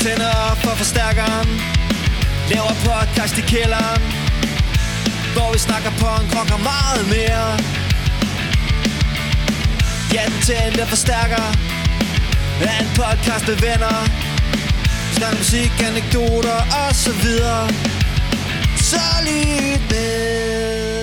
tænder op for forstærkeren, laver podcast i kælderen, hvor vi snakker punk, rock og meget mere. Ja, den tændte forstærker er en podcast med venner, snakker musik, anekdoter og så videre. Så lyt med.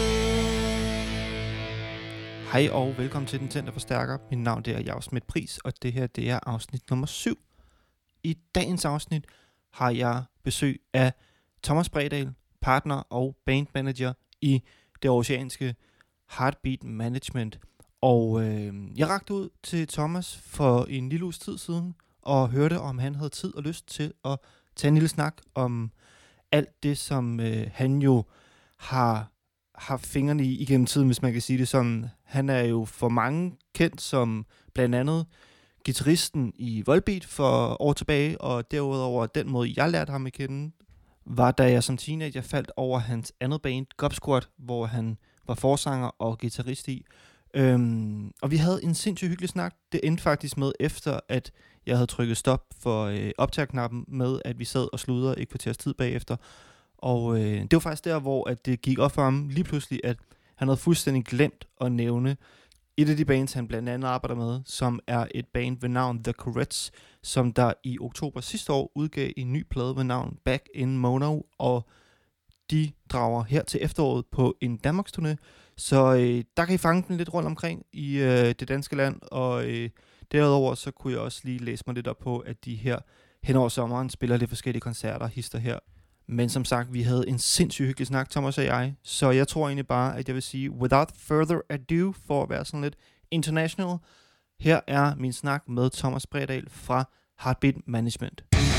Hej og velkommen til Den Tændte Forstærker. Mit navn er Jakob Schmidt Pris, og det her det er afsnit nummer 7. I dagens afsnit har jeg besøg af Thomas Bredal, partner og bandmanager i det oceanske Heartbeat Management. Og jeg rakte ud til Thomas for en lille uges tid siden og hørte, om han havde tid og lyst til at tage en lille snak om alt det, som han jo har haft fingrene i igennem tiden, hvis man kan sige det sådan. Han er jo for mange kendt som blandt andet guitaristen i Volbeat for år tilbage, og derudover den måde, jeg lærte ham at kende, var da jeg som teenager faldt over hans andet band, Gob Squad, hvor han var forsanger og guitarist i. Og vi havde en sindssygt hyggelig snak. Det endte faktisk med, efter at jeg havde trykket stop for optageknappen, med at vi sad og sludrede et kvarters tid bagefter. Og det var faktisk der, hvor at det gik op for ham lige pludselig, at han havde fuldstændig glemt at nævne et af de bands, han blandt andet arbejder med, som er et band ved navn The Courettes, som der i oktober sidste år udgav en ny plade ved navn Back in Mono, og de drager her til efteråret på en Danmarksturné. Så der kan I fange den lidt rundt omkring i det danske land, og derudover så kunne jeg også lige læse mig lidt op på, at de her hen over sommeren spiller lidt forskellige koncerter, hister her. Men som sagt, vi havde en sindssygt hyggelig snak, Thomas og jeg, så jeg tror egentlig bare, at jeg vil sige, without further ado, for at være sådan lidt international, her er min snak med Thomas Bredal fra Heartbeat Management.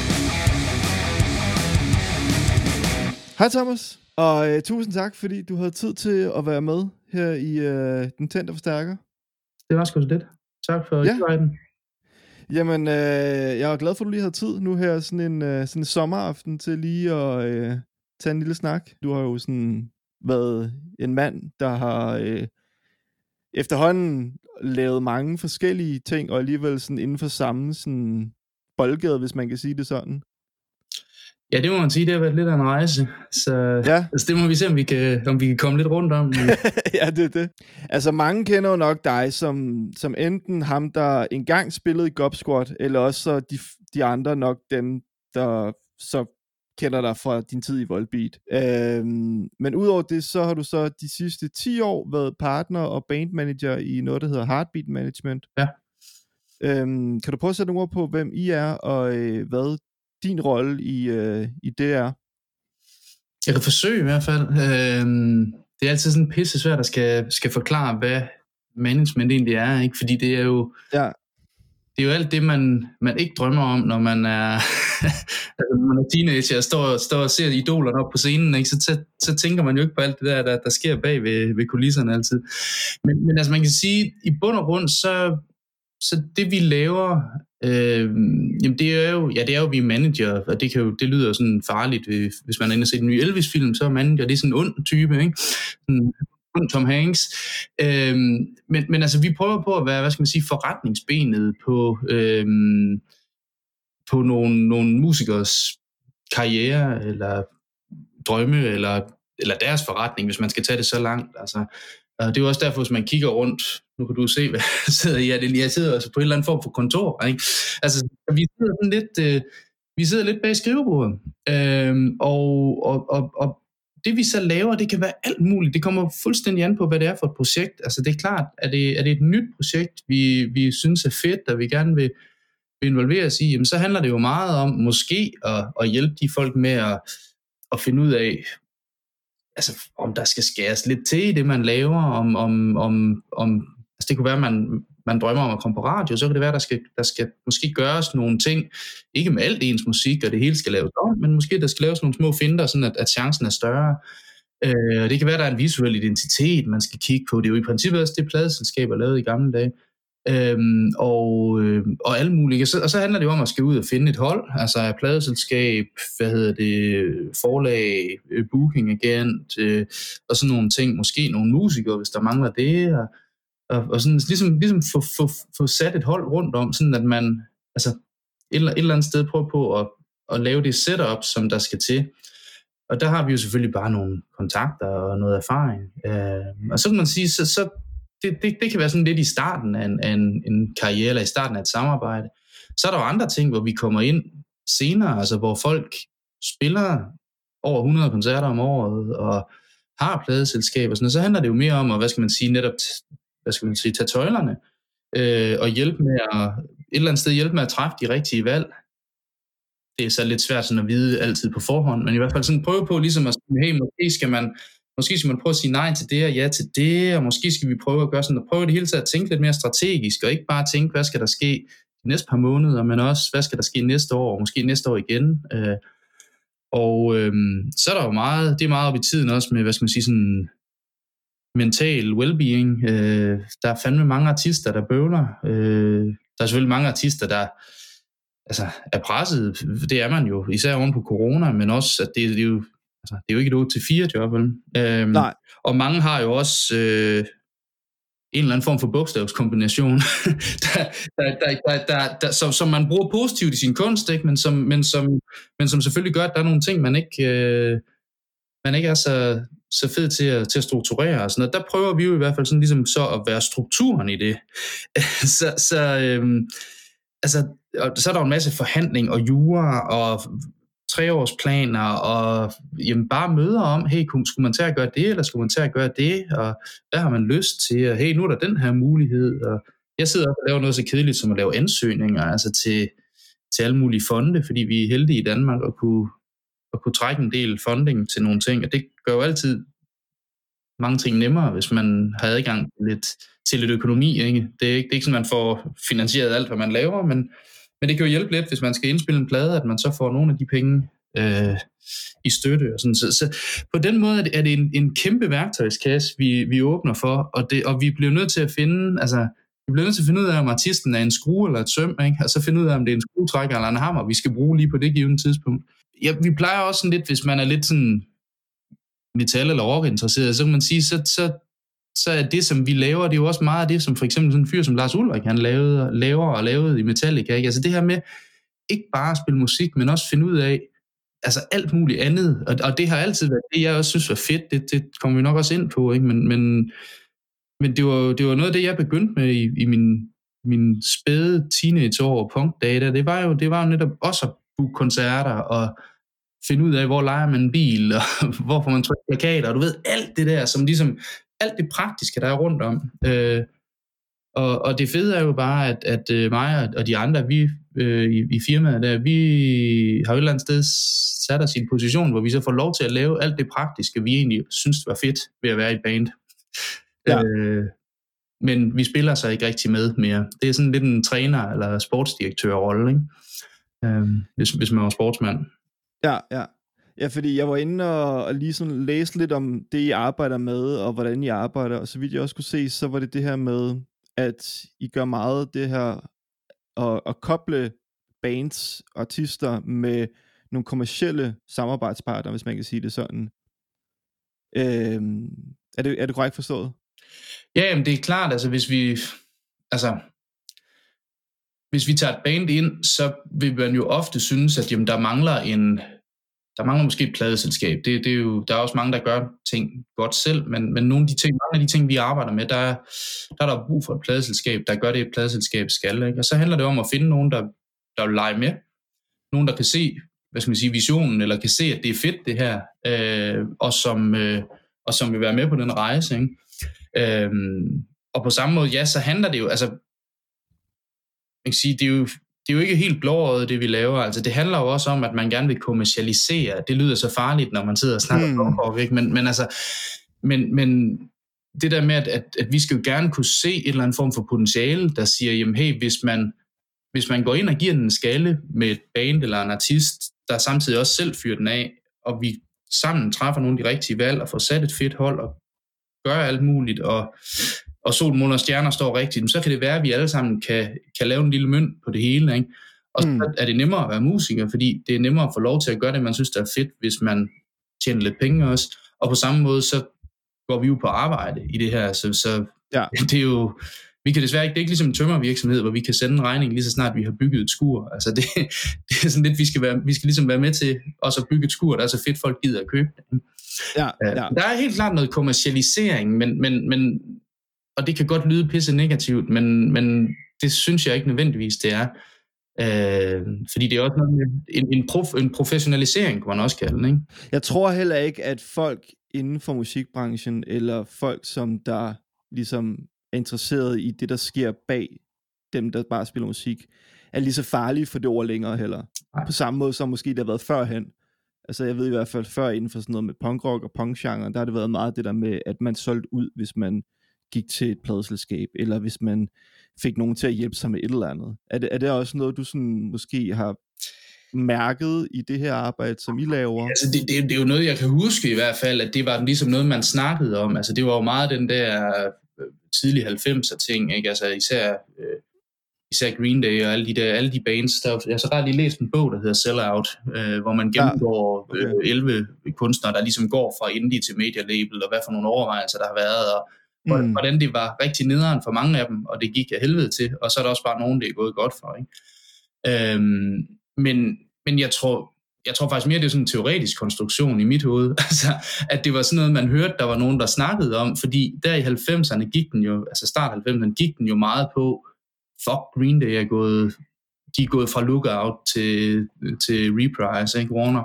Hej Thomas, og tusind tak, fordi du havde tid til at være med her i Den Tændte Forstærker. Det var sgu så lidt. Tak for inviten. Jamen, jeg er glad for, at du lige havde tid nu her, sådan en sommeraften, til lige at tage en lille snak. Du har jo sådan været en mand, der har efterhånden lavet mange forskellige ting, og alligevel sådan inden for samme sådan boldgade, hvis man kan sige det sådan. Ja, det må man sige, det har været lidt af en rejse, så ja. Altså, det må vi se, om vi kan komme lidt rundt om. Ja, det er det. Altså, mange kender jo nok dig som enten ham, der engang spillede i Gob Squad, eller også så de andre nok dem, der så kender dig fra din tid i Volbeat. Men udover det, så har du så de sidste 10 år været partner og bandmanager i noget, der hedder Heartbeat Management. Ja. Kan du prøve at sætte nogle ord på, hvem I er, og hvad din rolle i det er? Jeg kan forsøge i hvert fald. Det er altid sådan pisse svært at skal forklare, hvad management egentlig er, ikke? Fordi det er jo det er jo alt det, man ikke drømmer om, når man er, når man er teenager og står og ser idolerne op på scenen, ikke? Så tænker man jo ikke på alt det der sker bag ved kulisserne altid. Men altså man kan sige, i bund og grund, så det vi laver, jamen det er jo vi er manager, og det lyder sådan farligt, hvis man har inde og set en ny Elvis-film, så er manager, det er sådan en ond type, ikke? Sådan ond Tom Hanks. Men altså vi prøver på at være, hvad skal man sige, forretningsbenet på nogle musikers karriere, eller drømme, eller deres forretning, hvis man skal tage det så langt, altså. Og det er jo også derfor, hvis man kigger rundt, nu kan du se, hvad jeg sidder i. Jeg sidder altså på en eller anden form for kontor, ikke? Altså, vi sidder lidt bag skrivebordet. Og det vi så laver, det kan være alt muligt. Det kommer fuldstændig an på, hvad det er for et projekt. Altså, det er klart, er det et nyt projekt, vi synes er fedt, og vi gerne vil involvere os i, jamen, så handler det jo meget om måske at hjælpe de folk med at finde ud af, altså om der skal skæres lidt til i det, man laver, altså det kunne være, at man drømmer om at komme på radio, så kan det være, der skal måske gøres nogle ting, ikke med alt ens musik, og det hele skal laves om, men måske der skal laves nogle små finter, sådan at chancen er større. Det kan være, der er en visuel identitet, man skal kigge på. Det er jo i princippet også det pladeselskaber lavede i gamle dage. Og alle mulige. Og så handler det jo om at skal ud og finde et hold, altså pladeselskab, forlag, booking agent, og sådan nogle ting, måske nogle musikere, hvis der mangler det, og sådan ligesom få sat et hold rundt om, sådan at man, altså et eller andet sted prøve på at lave det setup, som der skal til. Og der har vi jo selvfølgelig bare nogle kontakter og noget erfaring. Og så kan man sige, så det kan være sådan lidt i starten af en karriere, eller i starten af et samarbejde. Så er der jo andre ting, hvor vi kommer ind senere, altså hvor folk spiller over 100 koncerter om året, og har pladeselskaber og sådan noget. Så handler det jo mere om at, tage tøjlerne, og hjælpe med et eller andet sted hjælpe med at træffe de rigtige valg. Det er så lidt svært sådan at vide altid på forhånd, men i hvert fald sådan prøve på ligesom at sige, hey, måske skal man prøve at sige nej til det og ja til det, og måske skal vi prøve at gøre sådan, og prøve det hele taget at tænke lidt mere strategisk, og ikke bare tænke, hvad skal der ske de næste par måneder, men også, hvad skal der ske næste år, og måske næste år igen. Så er der jo meget, det er meget op i tiden også med, sådan mental well-being. Der er fandme mange artister, der bøvler. Der er selvfølgelig mange artister, der er presset. Det er man jo, især oven på corona, men også, at det er jo ikke et 8-4 job, vel? Nej. Og mange har jo også en eller anden form for bogstavskombination, som man bruger positivt i sin kunst, ikke? Men som selvfølgelig gør, at der er nogle ting, man ikke er så fed til at strukturere og sådan noget. Der prøver vi jo i hvert fald sådan ligesom så at være strukturen i det. Så er der jo en masse forhandling og jura og 3-årsplaner og bare møder om, hey, skulle man til at gøre det, eller skulle man til at gøre det, og hvad har man lyst til, og hey, nu er der den her mulighed, og jeg sidder og laver noget så kedeligt som at lave ansøgninger, altså til alle mulige fonde, fordi vi er heldige i Danmark at kunne trække en del funding til nogle ting, og det gør jo altid mange ting nemmere, hvis man har adgang til lidt økonomi, ikke? Det er ikke sådan, man får finansieret alt, hvad man laver, men det kan jo hjælpe lidt, hvis man skal indspille en plade, at man så får nogle af de penge i støtte. Og sådan. Så på den måde er det en kæmpe værktøjskasse, vi åbner for, og vi bliver nødt til at finde, ud af, om artisten er en skrue eller et søm, ikke? Og så finde ud af, om det er en skruetrækker eller en hammer, vi skal bruge lige på det givne tidspunkt. Ja, vi plejer også sådan lidt, hvis man er lidt sådan metal- eller rock-interesseret, så kan man sige, så er det, som vi laver, det er jo også meget af det, som for eksempel sådan en fyr som Lars Ulrik, han lavede i Metallica. Ikke? Altså det her med ikke bare at spille musik, men også finde ud af alt muligt andet. Og det har altid været det, jeg også synes var fedt. Det kommer vi nok også ind på. Ikke? Men det var noget af det, jeg begyndte med i min spæde teenageår og punkdage. Det var jo netop også at booke koncerter og finde ud af, hvor leger man en bil, og hvor får man trykt plakater, og du ved, alt det der, som ligesom alt det praktiske, der er rundt om. Og det fede er jo bare, at mig og de andre, vi i firmaet der, vi har jo et eller andet sted sat os i en position, hvor vi så får lov til at lave alt det praktiske, vi egentlig synes var fedt ved at være i et band. Ja. Men vi spiller så ikke rigtig med mere. Det er sådan lidt en træner- eller sportsdirektør-rolle, ikke? Hvis man var sportsmand. Ja, fordi jeg var inde og lige sådan læse lidt om det, I arbejder med, og hvordan I arbejder, og så vidt jeg også kunne se, så var det her med, at I gør meget det her, at koble bands, artister med nogle kommercielle samarbejdspartnere, hvis man kan sige det sådan. Er det korrekt forstået? Ja, men det er klart, altså hvis vi tager et band ind, så vil man jo ofte synes, at jamen, der mangler måske et pladeselskab. Det er jo, der er også mange, der gør ting godt selv, men mange af de ting, vi arbejder med, der er der brug for et pladeselskab, der gør det, et pladeselskab skal. Ikke? Og så handler det om at finde nogen, der vil lege med. Nogen, der kan se, visionen, eller kan se, at det er fedt, det her, og som vil være med på den rejse. Ikke? Og på samme måde, ja, så handler det jo, man kan sige, det er jo ikke helt blåøjet, det vi laver. Altså, det handler jo også om, at man gerne vil kommercialisere. Det lyder så farligt, når man sidder og snakker om det, men det der med, at vi skal jo gerne kunne se et eller andet form for potentiale, der siger, jamen hey, hvis man går ind og giver den en skalle med et band eller en artist, der samtidig også selv fyrer den af, og vi sammen træffer nogle af de rigtige valg, og får sat et fedt hold, og gør alt muligt, og sol, måne og stjerner står rigtigt, så kan det være, at vi alle sammen kan lave en lille mønt på det hele, ikke? Og så er det nemmere at være musiker, fordi det er nemmere at få lov til at gøre det, man synes, der er fedt, hvis man tjener lidt penge også. Og på samme måde, så går vi jo på arbejde i det her, så ja. Det er jo, Vi kan desværre ikke, det er ikke ligesom en tømmervirksomhed, hvor vi kan sende en regning lige så snart vi har bygget et skur. Altså det er sådan lidt, vi skal ligesom være med til også at bygge et skur, der er så fedt, folk gider at købe det. Ja. Der er helt klart noget kommercialisering, men og det kan godt lyde pisse negativt, men det synes jeg ikke nødvendigvis, det er. Fordi det er også noget, en professionalisering, kunne man også kalde det, ikke? Jeg tror heller ikke, at folk inden for musikbranchen, eller folk, som der ligesom er interesseret i det, der sker bag dem, der bare spiller musik, er lige så farlige for det ord længere heller. På samme måde som måske det har været førhen. Altså jeg ved i hvert fald før inden for sådan noget med punkrock og punkgenre, der har det været meget det der med, at man solgte ud, hvis man gik til et pladeselskab, eller hvis man fik nogen til at hjælpe sig med et eller andet. Er det også noget, du sådan måske har mærket i det her arbejde, som I laver? Altså det er jo noget, jeg kan huske i hvert fald, at det var ligesom noget, man snakkede om. Altså det var jo meget den der tidlige 90'er ting, ikke? Altså især Green Day og alle de bands. Jeg så lige læst en bog, der hedder Sell Out, hvor man gennemgår 11 kunstnere, der ligesom går fra indie til media label, og hvad for nogle overvejelser der har været, og hvordan det var rigtig nederen for mange af dem, og det gik af helvede til, og så er der også bare nogen, det er gået godt for, ikke? Men jeg tror faktisk mere, det er sådan en teoretisk konstruktion i mit hoved, altså, at det var sådan noget, man hørte, der var nogen, der snakkede om, fordi der i 90'erne gik den jo, altså start 90'erne gik den jo meget på, fuck, Green Day de er gået fra Lookout til Reprise, ikke, Warner.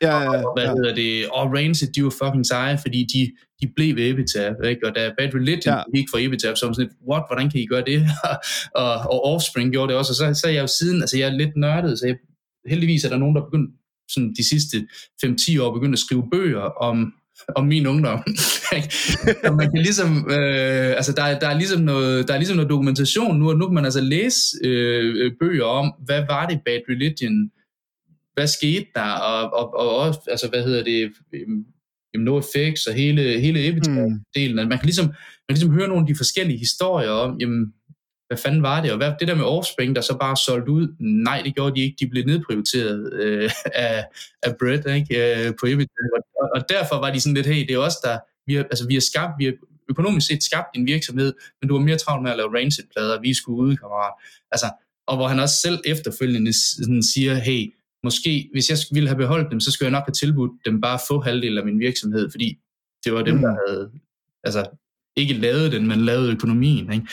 Og Rancid, de var fucking seje, fordi de blev ved Epitaph, ikke? Og da Bad Religion gik fra Epitaph, så var sådan lidt, hvordan kan I gøre det? og Offspring gjorde det også, og så er jeg jo siden, altså jeg er lidt nørdet, så heldigvis er der nogen, der begyndte sådan de sidste 5-10 år begyndt at skrive bøger om min ungdom. Så man kan ligesom, altså der er ligesom noget dokumentation nu, og nu kan man altså læse bøger om, hvad var det Bad Religion, hvad skete der, og også, altså hvad hedder det, NoFX og hele Epitaph-delen. Man kan ligesom høre nogle af de forskellige historier om, jamen, hvad fanden var det, og hvad, det der med Offspring, der så bare solgt ud, nej, det gjorde de ikke, de blev nedprioriteret af Brett, ikke, på Epitaph, og derfor var de sådan lidt, hey, det er os, der, vi har økonomisk set skabt en virksomhed, men du var mere travlt med at lave Rancid-plader, vi skulle ude, kammerat. Altså, og hvor han også selv efterfølgende sådan siger, hey, måske, hvis jeg ville have beholdt dem, så skulle jeg nok have tilbudt dem bare få halvdel af min virksomhed, fordi det var dem, der havde, altså, ikke lavet den, men lavet økonomien, ikke?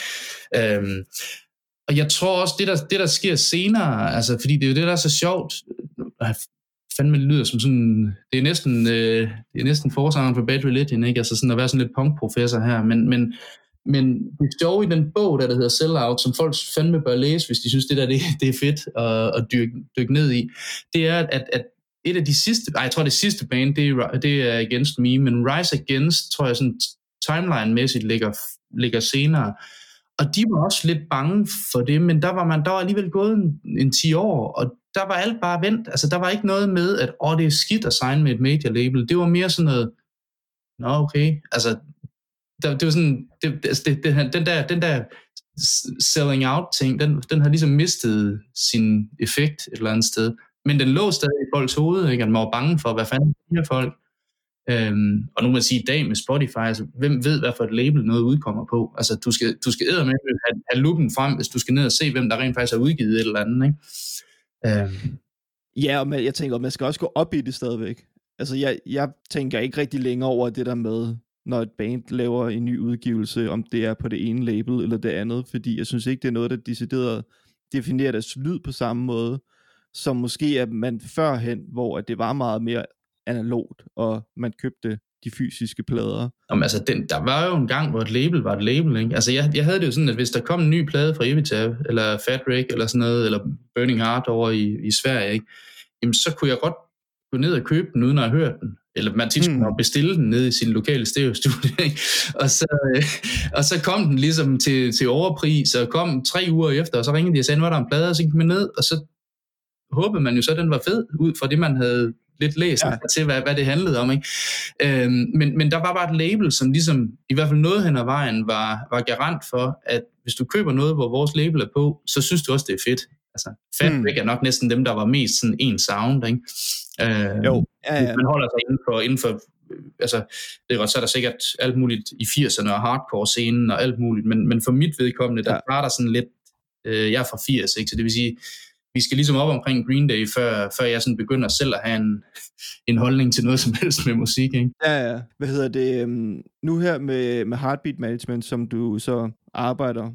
Og jeg tror også, det der sker senere, altså, fordi det er jo det, der er så sjovt, fandme det lyder som sådan, det er næsten forsangeren for Bad Religion, ikke? Altså sådan at være sådan lidt punkprofessor her, men det står i den bog, der hedder Sell Out, som folk fandme bør læse, hvis de synes, det er fedt at dykke ned i, det er, at et af de sidste, jeg tror det sidste band, det er Against Me, men Rise Against, tror jeg sådan timeline-mæssigt ligger senere, og de var også lidt bange for det, men der var alligevel gået en 10 år, og der var alt bare vendt, altså der var ikke noget med, at det er skidt at signe med et major label, det var mere sådan noget, okay, altså det var sådan, den der selling out ting, den har ligesom mistet sin effekt et eller andet sted, men den lå stadig i folks hoved, ikke? At man var bange for, hvad fanden siger folk. Og nu må jeg sige i dag med Spotify, altså, hvem ved hvad for et label noget udkommer på, altså du skal eddermame have luppen frem, hvis du skal ned og se hvem der rent faktisk har udgivet et eller andet, ikke? Ja, og jeg tænker, man skal også gå op i det stadigvæk. Altså jeg tænker ikke rigtig længere over det der med, når et band laver en ny udgivelse, om det er på det ene label eller det andet, fordi jeg synes ikke det er noget, der decideret definerer deres lyd på samme måde, som måske er man førhen, hvor det var meget mere analogt, og man købte de fysiske plader. Jamen, altså, der var jo en gang, hvor et label var et label, ikke? Altså, jeg havde det jo sådan, at hvis der kom en ny plade fra Epitaph, eller Fat Wreck, eller sådan noget, eller Burning Heart over i Sverige, ikke? Jamen, så kunne jeg godt gå ned og købe den, uden at have hørt den. Eller man tit skulle bestille den nede i sin lokale stereostudie, ikke? Og så kom den ligesom til overpris, og kom 3 uger efter, og så ringede de og sagde, nu var der en plade, og så gik man ned, og så håbede man jo så, at den var fed, ud fra det, man havde lidt læst til, hvad det handlede om, ikke? Men der var bare et label, som ligesom, i hvert fald noget hen ad vejen, var garant for, at hvis du køber noget, hvor vores label er på, så synes du også, det er fedt. Altså, Fat Wreck er nok næsten dem, der var mest sådan en sound, ikke? Jo. Man holder sig inden for altså, det er godt, så er der sikkert alt muligt i 80'erne og hardcore-scenen og alt muligt, men for mit vedkommende, der var der sådan lidt, jeg er fra 80, ikke? Så det vil sige, vi skal ligesom op omkring Green Day, før jeg sådan begynder selv at have en holdning til noget som helst med musik, ikke? Ja. Hvad hedder det? Nu her med Heartbeat Management, som du så arbejder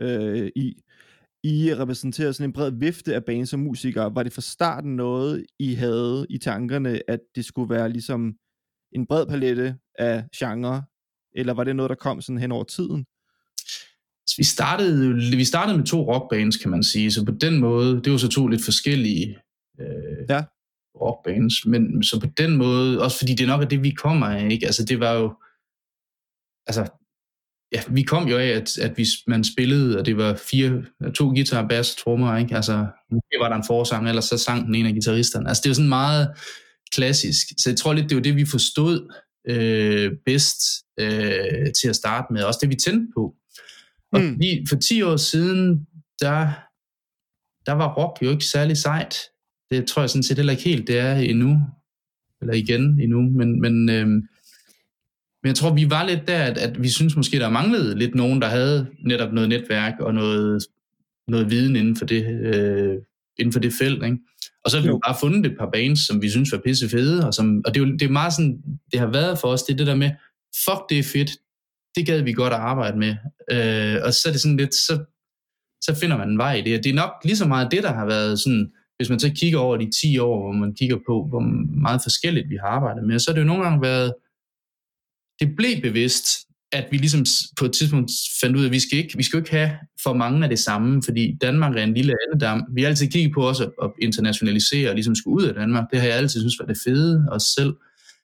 I repræsenterer sådan en bred vifte af bands og musikere. Var det fra starten noget, I havde i tankerne, at det skulle være ligesom en bred palette af genre, eller var det noget, der kom sådan hen over tiden? Vi startede med 2 rockbands, kan man sige, så på den måde, det var så 2 lidt forskellige rockbands, men så på den måde, også fordi det nok er det, vi kommer af, ikke? Altså det var jo, altså, ja, vi kom jo af, at man spillede, og det var 2 guitar, bass, trommer, ikke? Altså, måske var der en forsang, eller så sang den ene af guitaristerne. Altså det var sådan meget klassisk, så jeg tror lidt, det var det, vi forstod bedst til at starte med, også det, vi tændte på. Og for 10 år siden, der var rock jo ikke særlig sejt. Det tror jeg sådan set heller ikke helt, det er endnu. Eller igen endnu. Men jeg tror, vi var lidt der, at vi synes måske, der manglede lidt nogen, der havde netop noget netværk og noget viden inden for det felt. Ikke? Og så har vi jo bare fundet et par bands, som vi synes var pisse fede. Og det er meget sådan, det har været for os, det er det der med, fuck, det er fedt. Det gad vi godt at arbejde med. Og så er det sådan lidt, så finder man en vej i det. Det er nok lige så meget det, der har været sådan, hvis man så kigger over de 10 år, hvor man kigger på, hvor meget forskelligt vi har arbejdet med, så er det jo nogle gange været, det blev bevidst, at vi ligesom på et tidspunkt fandt ud af, at vi skal ikke have for mange af det samme, fordi Danmark er en lille andedam. Vi har altid kigget på også at internationalisere og ligesom skulle ud af Danmark. Det har jeg altid synes var det fede, os selv.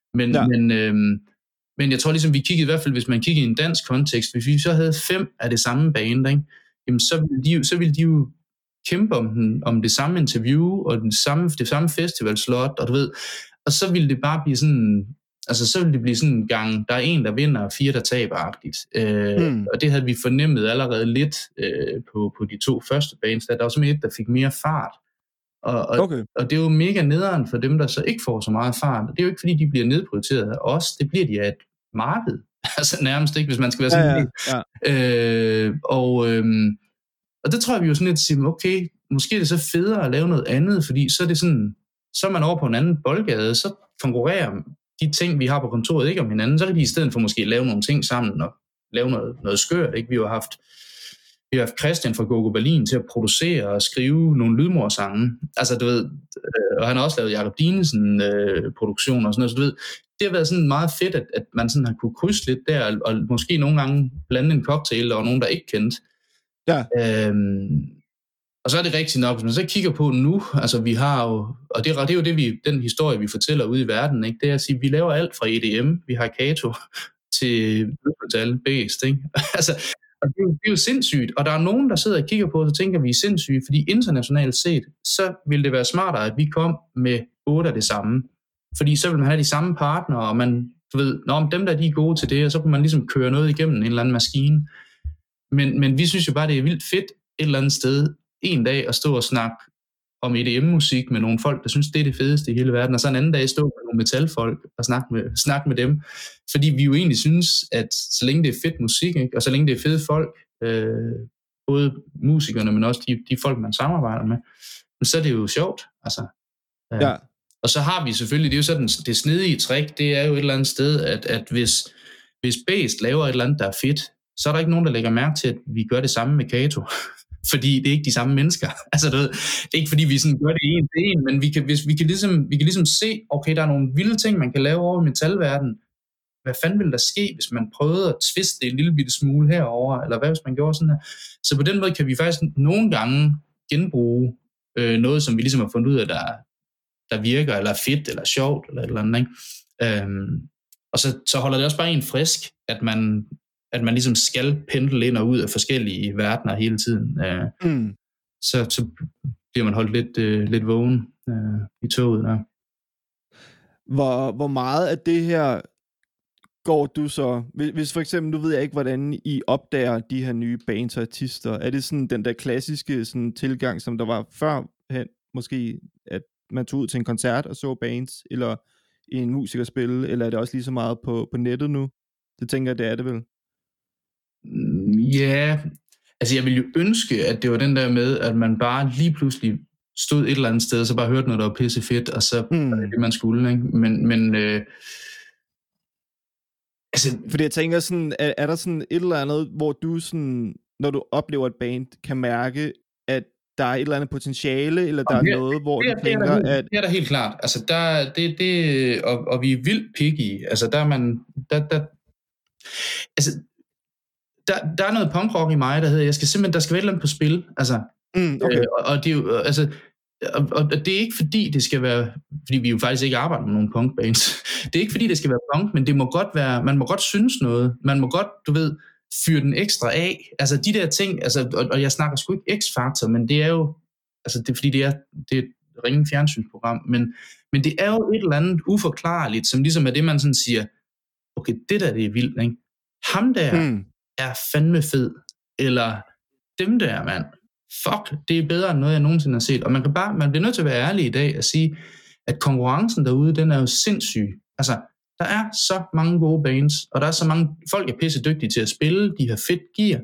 Men jeg tror ligesom, vi kiggede i hvert fald, hvis man kiggede i en dansk kontekst, hvis vi så havde 5 af det samme band, ikke? Jamen så ville de jo kæmpe om det samme interview, og det samme festivalslot, og du ved, og så ville det bare blive sådan, altså så ville det blive sådan en gang, der er en, der vinder, og 4, der taber-agtigt. Og det havde vi fornemmet allerede lidt på de 2 første bands, der var simpelthen et, der fik mere fart. Og det er jo mega nederen for dem, der så ikke får så meget fart. Det er jo ikke, fordi de bliver nedprioriteret af os, det bliver de af et marked. Altså nærmest ikke, hvis man skal være sådan og det tror jeg, vi jo sådan lidt siger, okay, måske er det så federe at lave noget andet, fordi så er det sådan, så er man over på en anden boldgade, så konkurrerer de ting, vi har på kontoret, ikke om hinanden, så kan de i stedet for måske lave nogle ting sammen og lave noget skørt. Ikke? Vi har haft Christian fra Gogo Berlin til at producere og skrive nogle lydmorsange. Altså, du ved, og han har også lavet Jakob Dinesen produktion og sådan noget, så du ved, det har været sådan meget fedt, at man sådan har kunne krydse lidt der, og måske nogle gange blande en cocktail, og nogen, der ikke kendte. Ja. Og så er det rigtigt nok, hvis man så kigger på nu, altså vi har jo, og det er jo det, den historie, vi fortæller ude i verden, ikke? Det er at sige, vi laver alt fra EDM, vi har Kato til metal based, ikke? Altså, og det er jo sindssygt, og der er nogen, der sidder og kigger på, og så tænker vi er sindssygt, fordi internationalt set, så vil det være smartere, at vi kom med 8 af det samme, fordi så vil man have de samme partnere, og man, du ved, dem der de er gode til det, og så kan man ligesom køre noget igennem en eller anden maskine. Men vi synes jo bare, det er vildt fedt et eller andet sted en dag at stå og snakke om EDM-musik med nogle folk, der synes, det er det fedeste i hele verden, og så en anden dag stå med nogle metalfolk og snakke med dem. Fordi vi jo egentlig synes, at så længe det er fedt musik, ikke, og så længe det er fede folk, både musikerne, men også de folk, man samarbejder med, så er det jo sjovt. Altså, ja. Og så har vi selvfølgelig, det er jo sådan, det snedige trick, det er jo et eller andet sted, at hvis Bæst laver et eller andet, der er fedt, så er der ikke nogen, der lægger mærke til, at vi gør det samme med Kato. Fordi det er ikke de samme mennesker. Altså, det er ikke fordi, vi sådan gør det en til en, men vi kan ligesom se, okay, der er nogle vilde ting, man kan lave over i metalverdenen. Hvad fanden ville der ske, hvis man prøvede at twiste det en lille bitte smule herover, eller hvad hvis man gjorde sådan her? Så på den måde kan vi faktisk nogle gange genbruge noget, som vi ligesom har fundet ud af, der virker, eller er fedt, eller sjovt, eller et eller andet, ikke? Og så holder det også bare en frisk, at man ligesom skal pendle ind og ud af forskellige verdener hele tiden. Så bliver man holdt lidt vågen i toget. Ja. Hvor meget af det her går du så, hvis for eksempel, nu ved jeg ikke, hvordan I opdager de her nye bands og artister, er det sådan den der klassiske sådan tilgang, som der var førhen, måske, at man tog ud til en koncert og så bands, eller en musiker spille, eller er det også lige så meget på nettet nu? Det tænker jeg, det er det vel? Ja, altså jeg ville jo ønske, at det var den der med, at man bare lige pludselig stod et eller andet sted, og så bare hørte noget, der var pisse fedt, og så var det det, man skulle, ikke? Men altså... Fordi jeg tænker sådan, er der sådan et eller andet, hvor du sådan, når du oplever et band, kan mærke, at der er et eller andet potentiale, eller der er noget, hvor du tænker, at... Det er der helt klart. Altså, og vi er vildt picky. Altså, der er man... Altså, der er noget punkrock i mig, der hedder, der skal være et eller andet på spil. Altså, okay. Og det er jo, altså... Og det er ikke fordi, det skal være... Fordi vi jo faktisk ikke arbejder med nogle punkbands. Det er ikke fordi, det skal være punk, men det må godt være... Man må godt synes noget. Man må godt, du ved, fyre den ekstra af. Altså, de der ting... Altså, og jeg snakker sgu ikke X-Factor, men det er jo... Altså, det er fordi, det er et ringe fjernsynsprogram. Men det er jo et eller andet uforklarligt, som ligesom er det, man sådan siger, okay, det der, det er vildt, ikke? Ham der er fandme fed. Eller dem der, mand. Fuck, det er bedre end noget, jeg nogensinde har set. Og man bliver nødt til at være ærlig i dag og sige, at konkurrencen derude, den er jo sindssyg. Altså, der er så mange gode bands, og der er så mange, folk er pisse dygtige til at spille, de har fedt gear,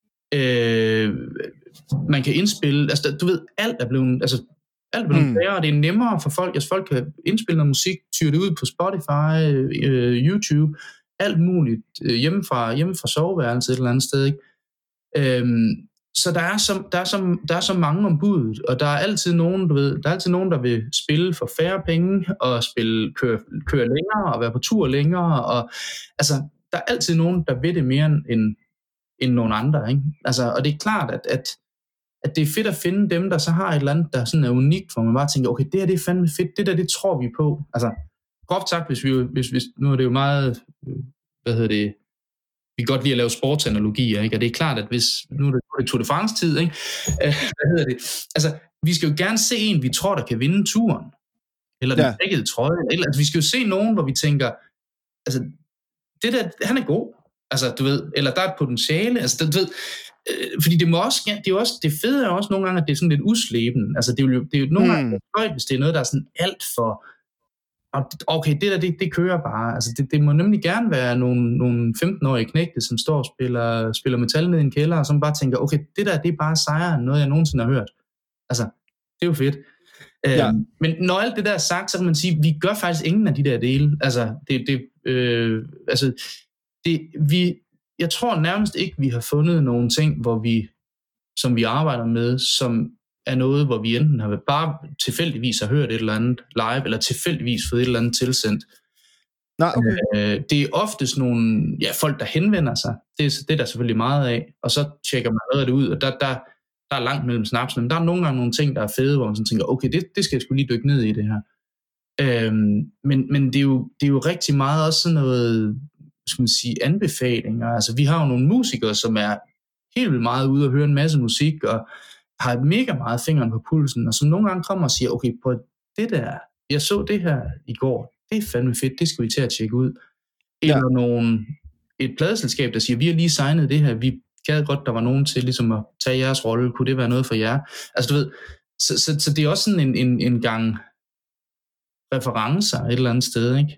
man kan indspille, altså du ved, alt er blevet bedre, og det er nemmere for folk, altså folk kan indspille noget musik, tyre det ud på Spotify, YouTube, alt muligt, hjemme fra soveværelset et eller andet sted, ikke? Så der er så mange om budet, og der er altid nogen, der vil spille for færre penge, og køre længere, og være på tur længere, og altså, der er altid nogen, der ved det mere end nogen andre, ikke? Altså, og det er klart, at det er fedt at finde dem, der så har et eller andet, der sådan er unikt, hvor man bare tænker, okay, det her, det er fandme fedt, det der, det tror vi på. Altså, groft sagt, hvis nu er det jo meget, vi kan godt lide at lave sportsanalogier, ikke? Og det er klart, at hvis nu er det Tour de France-tid, ikke? Altså, vi skal jo gerne se en, vi tror, der kan vinde turen. Eller den dækkede trøje. Eller, altså, vi skal jo se nogen, hvor vi tænker, altså, det der, han er god. Altså, du ved, eller der er et potentiale. Altså, du ved, fordi det er jo også, det fede er også nogle gange, at det er sådan lidt usleben. Altså, det er jo nogle gange højt, hvis det er noget, der er sådan alt for... Okay, det der, det kører bare. Altså, det må nemlig gerne være nogle 15-årige knægte, som står og spiller metal ned i en kælder, og som bare tænker, okay, det der, det er bare sejere end noget, jeg nogensinde har hørt. Altså, det er jo fedt. Men når alt det der er sagt, så kan man sige, vi gør faktisk ingen af de der dele. Altså, jeg tror nærmest ikke, vi har fundet nogle ting, som vi arbejder med, som er noget, hvor vi enten har bare tilfældigvis har hørt et eller andet live, eller tilfældigvis fået et eller andet tilsendt. Nej, okay. Det er oftest nogle folk, der henvender sig. Det er der selvfølgelig meget af, og så tjekker man noget af det ud, og der er langt mellem snapsene, men der er nogle gange nogle ting, der er fede, hvor man sådan tænker, okay, det skal jeg sgu lige dykke ned i det her. Men det er jo rigtig meget også sådan noget, skal man sige, anbefalinger. Altså, vi har jo nogle musikere, som er helt vildt meget ude og høre en masse musik, og har mega meget fingeren på pulsen, og som nogle gange kommer og siger, okay, på det der, jeg så det her i går, det er fandme fedt, det skal vi til at tjekke ud. Eller et pladeselskab, der siger, vi har lige signet det her, vi gad godt, der var nogen til ligesom at tage jeres rolle, kunne det være noget for jer? Altså du ved, så det er også sådan en gang referencer et eller andet sted, ikke?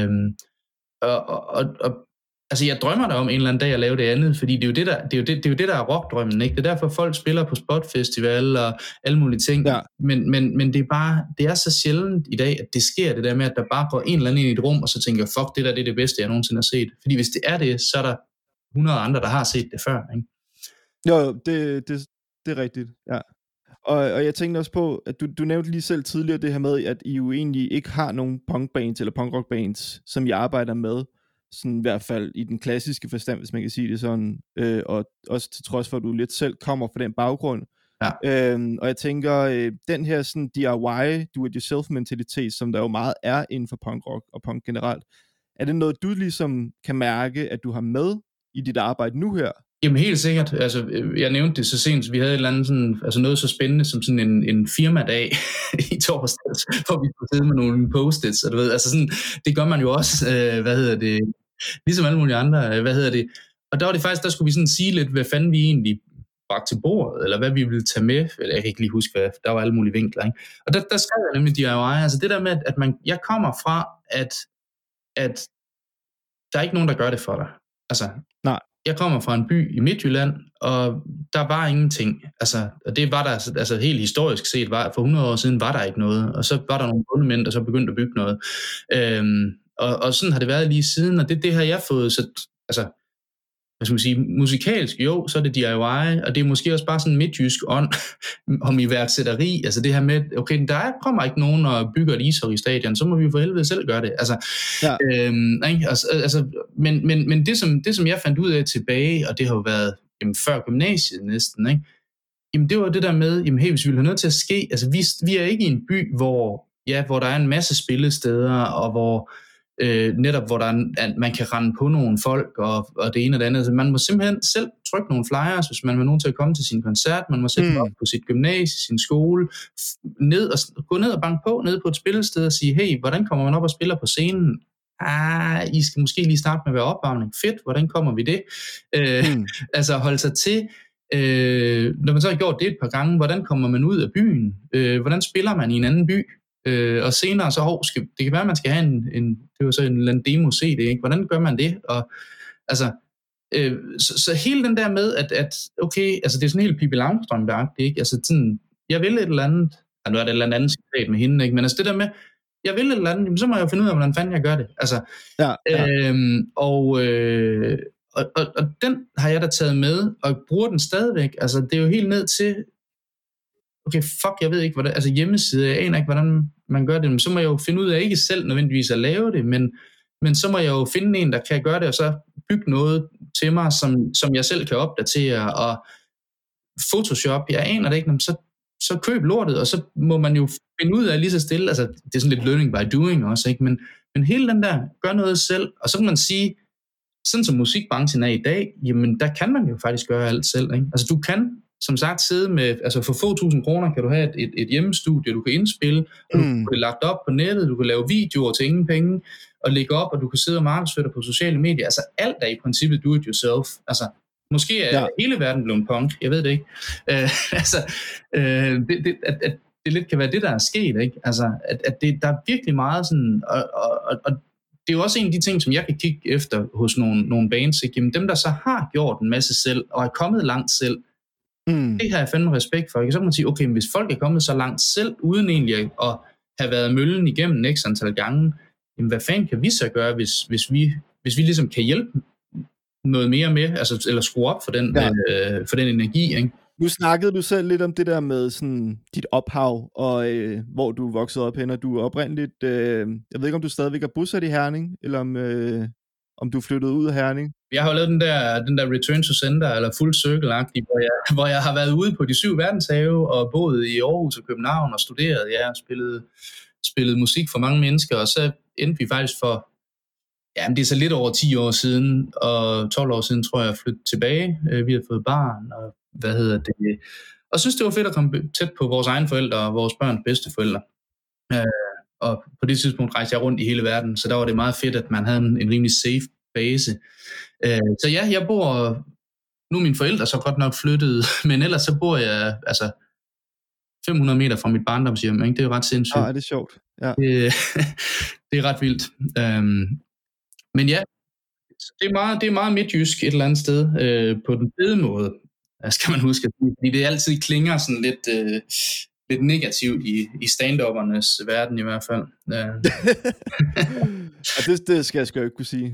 Altså jeg drømmer da om en eller anden dag at lave det andet, fordi det er jo det der er rockdrømmen, ikke? Det er derfor folk spiller på Spotfestival og alle mulige ting. Ja. Men det er så sjældent i dag, at det sker det der med, at der bare går en eller anden ind i et rum, og så tænker fuck, det der det er det bedste, jeg nogensinde har set. Fordi hvis det er det, så er der 100 andre, der har set det før, ikke? Jo, det er rigtigt, ja. Og jeg tænkte også på, at du nævnte lige selv tidligere det her med, at I jo egentlig ikke har nogen punkbands eller punkrockbands, som I arbejder med, sådan i hvert fald i den klassiske forstand, hvis man kan sige det sådan, og også til trods for, at du lidt selv kommer fra den baggrund. Ja. Og jeg tænker, den her sådan DIY, do-it-yourself-mentalitet, som der jo meget er inden for punkrock og punk generelt, er det noget, du ligesom kan mærke, at du har med i dit arbejde nu her? Jamen helt sikkert. Altså, jeg nævnte det så sent, vi havde et eller andet sådan, altså noget så spændende som sådan en firmadag i torsdags, hvor vi kunne sidde med nogle post-its, og du ved, altså sådan, det gør man jo også, ligesom alle mulige andre, og der var det faktisk, der skulle vi sådan sige lidt, hvad fanden vi egentlig bragte til bordet, eller hvad vi ville tage med, eller jeg kan ikke lige huske, hvad, der var alle mulige vinkler, ikke? Og der skrev jeg nemlig DIY, altså det der med, at jeg kommer fra, at der er ikke nogen, der gør det for dig. Altså, nej. Jeg kommer fra en by i Midtjylland, og der var ingenting. Altså, og det var der, altså helt historisk set, for 100 år siden var der ikke noget, og så var der nogle bondemænd, der så begyndte at bygge noget. Og sådan har det været lige siden, og det har jeg fået, så, altså, hvad skal man sige, musikalsk, jo, så er det DIY, og det er måske også bare sådan en midtjysk ånd om iværksætteri, altså det her med, okay, der kommer ikke nogen og bygger et ishockeystadion, så må vi for helvede selv gøre det, altså, ja. Men det som jeg fandt ud af tilbage, og det har jo været før gymnasiet næsten, ikke? Jamen det var det der med, jamen hey, hvis vi vil have noget til at ske, altså vi er ikke i en by, hvor der er en masse spillesteder, og hvor netop hvor man kan rende på nogle folk og det ene og det andet. Så man må simpelthen selv trykke nogle flyers, hvis man vil nogen til at komme til sin koncert. Man må sætte op på sit gymnasie, sin skole, gå ned og banke på ned på et spillested og sige, hey, hvordan kommer man op og spiller på scenen? I skal måske lige starte med at være opvarmning. Fedt, hvordan kommer vi det? Altså holde sig til. Når man så har gjort det et par gange, hvordan kommer man ud af byen? Hvordan spiller man i en anden by? Og senere så det kan være, at man skal have det var så en eller anden demo-CD, ikke? Hvordan gør man det? Og altså, så hele den der med, at okay, altså det er sådan helt Pippi Langstrømpe-agtigt, ikke? Altså sådan, jeg vil et eller andet, nu er det et eller andet citat med hende, ikke? Men altså det der med, jeg vil et eller andet, så må jeg jo finde ud af, hvordan fanden jeg gør det. Altså, ja. Og den har jeg da taget med, og bruger den stadigvæk. Altså det er jo helt ned til, okay, jeg ved ikke, hvordan, altså hjemmeside, jeg aner ikke, hvordan man gør det, men så må jeg jo finde ud af, ikke selv nødvendigvis at lave det, men så må jeg jo finde en, der kan gøre det, og så bygge noget til mig, som jeg selv kan opdatere, og Photoshop, jeg aner det ikke, så køb lortet, og så må man jo finde ud af lige så stille, altså det er sådan lidt learning by doing også, ikke? Men hele den der, gør noget selv, og så kan man sige, sådan som musikbranchen er i dag, jamen der kan man jo faktisk gøre alt selv, ikke? Altså du kan som sagt sidde med, altså for få tusind kroner kan du have et hjemmestudie, du kan indspille, og du kan få det lagt op på nettet, du kan lave videoer til ingen penge, og lægge op, og du kan sidde og markedsføre dig på sociale medier, altså alt er i princippet do it yourself, altså måske er hele verden blevet punk, jeg ved det ikke, at det lidt kan være det, der er sket, ikke? Altså at der er virkelig meget sådan, og det er jo også en af de ting, som jeg kan kigge efter hos nogle bands, ikke? Jamen dem, der så har gjort en masse selv, og er kommet langt selv, det har jeg fandme respekt for. Ikke? Så kan man sige, okay, men hvis folk er kommet så langt selv, uden egentlig at have været møllen igennem x antal gange, jamen hvad fanden kan vi så gøre, hvis vi ligesom kan hjælpe noget mere med, altså, eller skrue op for den energi, ikke? Nu snakkede du selv lidt om det der med sådan dit ophav, og hvor du voksede op hen, og du er oprindeligt, jeg ved ikke, om du stadigvæk er bosat i Herning, eller om du flyttede ud af Herning. Jeg har jo lavet den der return to center, eller full circle-agtig, hvor jeg har været ude på de 7 verdenshave, og boet i Aarhus og København, og studeret, og spillet musik for mange mennesker, og så endte vi faktisk for, det er så lidt over 10 år siden, og 12 år siden, tror jeg, at flytte tilbage. Vi har fået barn, og og synes, det var fedt at komme tæt på vores egne forældre, og vores børns bedsteforældre. Og på det tidspunkt rejste jeg rundt i hele verden, så der var det meget fedt, at man havde en rimelig safe base. Så ja, jeg bor, nu er mine forældre så godt nok flyttet, men ellers så bor jeg altså 500 meter fra mit barndomshjem, ikke? Det er jo ret sindssygt. Ja, det er sjovt. Ja. Det er ret vildt. Men ja, det er meget midtjysk et eller andet sted, på den fede måde, skal man huske, fordi det altid klinger sådan lidt negativt i stand-uppernes verden i hvert fald. Det skal jeg sgu ikke kunne sige.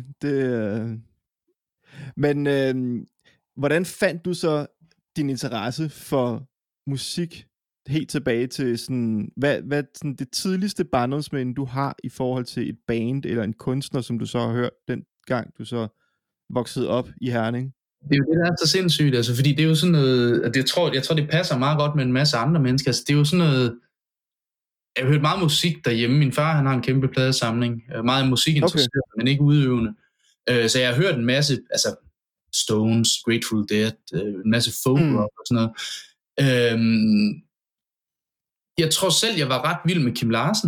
Men hvordan fandt du så din interesse for musik helt tilbage til sådan, hvad sådan det tidligste barndomsminde du har i forhold til et band eller en kunstner, som du så har hørt den gang du så voksede op i Herning? Det er jo det, der er så sindssygt, altså, fordi det er jo sådan noget, jeg tror, det passer meget godt med en masse andre mennesker, altså, det er jo sådan noget, jeg har hørt meget musik derhjemme, min far, han har en kæmpe pladesamling, meget musikinteresseret, men ikke udøvende, så jeg har hørt en masse, altså, Stones, Grateful Dead, en masse folk rock og sådan noget. Jeg tror selv, jeg var ret vild med Kim Larsen.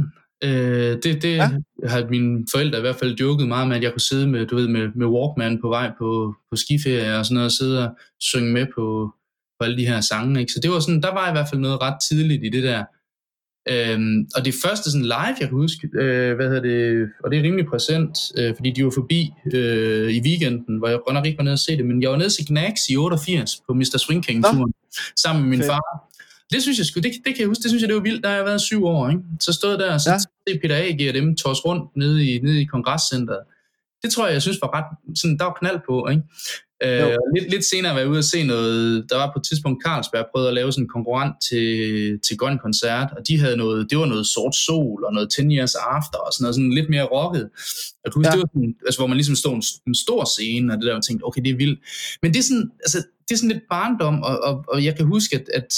Har mine forældre i hvert fald joket meget med, at jeg kunne sidde med Walkman på vej på skiferie og sådan noget, og sidde og synge med på alle de her sange, ikke? Så det var sådan, der var i hvert fald noget ret tidligt i det der. Og det første sådan live, jeg kan huske, og det er rimelig præsent, fordi de var forbi i weekenden, hvor jeg godt nok ikke var nede og se det, men jeg var nede til Gnags i 88 på Mr. Swing King-turen, sammen med min far. Det synes jeg sgu, det kan jeg huske, det synes jeg, det var vildt, da jeg har været 7 år, ikke? Så stod der, og så Peter A. giver dem tors rundt nede i kongresscenteret. Det tror jeg synes var ret, sådan, der var knald på, ikke? Lidt senere var jeg ude at se noget, der var på et tidspunkt Carlsberg prøvede at lave sådan en konkurrent til Grøn Koncert, og de havde noget, det var noget Sort Sol og noget 10 Years After og sådan noget, sådan lidt mere rocket. Jeg kunne huske, det var sådan, altså, hvor man ligesom stod en stor scene, og det der, og tænkte, okay, det er vildt. Men det er sådan, altså, det er sådan lidt barndom, og jeg kan huske,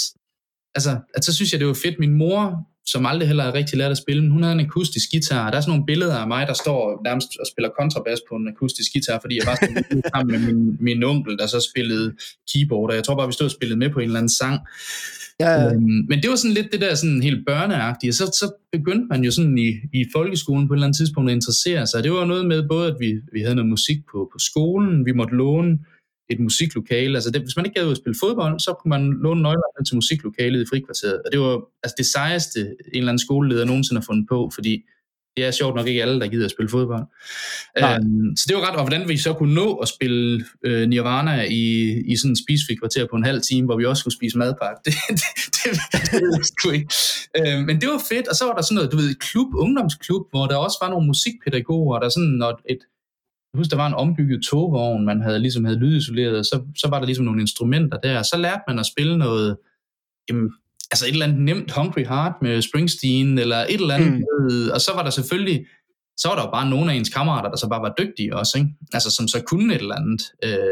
at så synes jeg, det var fedt. Min mor, som aldrig heller har rigtig lært at spille, men hun havde en akustisk guitar. Der er sådan nogle billeder af mig, der står nærmest og spiller kontrabas på en akustisk guitar, fordi jeg bare stod sammen med min onkel, der så spillede keyboard, og jeg tror bare, vi stod og spillede med på en eller anden sang. Men det var sådan lidt det der sådan helt børneagtige, og så begyndte man jo sådan i folkeskolen på et eller andet tidspunkt at interessere sig. Det var noget med både, at vi havde noget musik på skolen, vi måtte låne et musiklokale. Altså hvis man ikke gad ud at spille fodbold, så kunne man låne nøglerne til musiklokalet i frikvarteret. Og det var altså det sejeste, en eller anden skoleleder nogensinde har fundet på, fordi det er sjovt nok ikke alle, der gider at spille fodbold. Så det var ret, og hvordan vi så kunne nå at spille Nirvana i sådan en spisefri kvarter på en halv time, hvor vi også skulle spise madpakke. Det sgu ikke. Men det var fedt, og så var der sådan noget, du ved, ungdomsklub, hvor der også var nogle musikpædagoger, der sådan, jeg husker, der var en ombygget togvogn, man havde lydisoleret, så var der ligesom nogle instrumenter der, og så lærte man at spille noget, altså et eller andet nemt Hungry Heart med Springsteen, eller et eller andet, og så var der selvfølgelig, så var der jo bare nogle af ens kammerater, der så bare var dygtige også, ikke? Altså som så kunne et eller andet.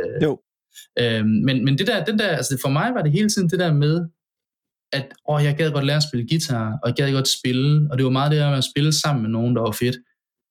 Men det der, altså for mig var det hele tiden det der med, at jeg gad godt lære at spille guitar, og jeg gad godt spille, og det var meget det der med at spille sammen med nogen, der var fedt.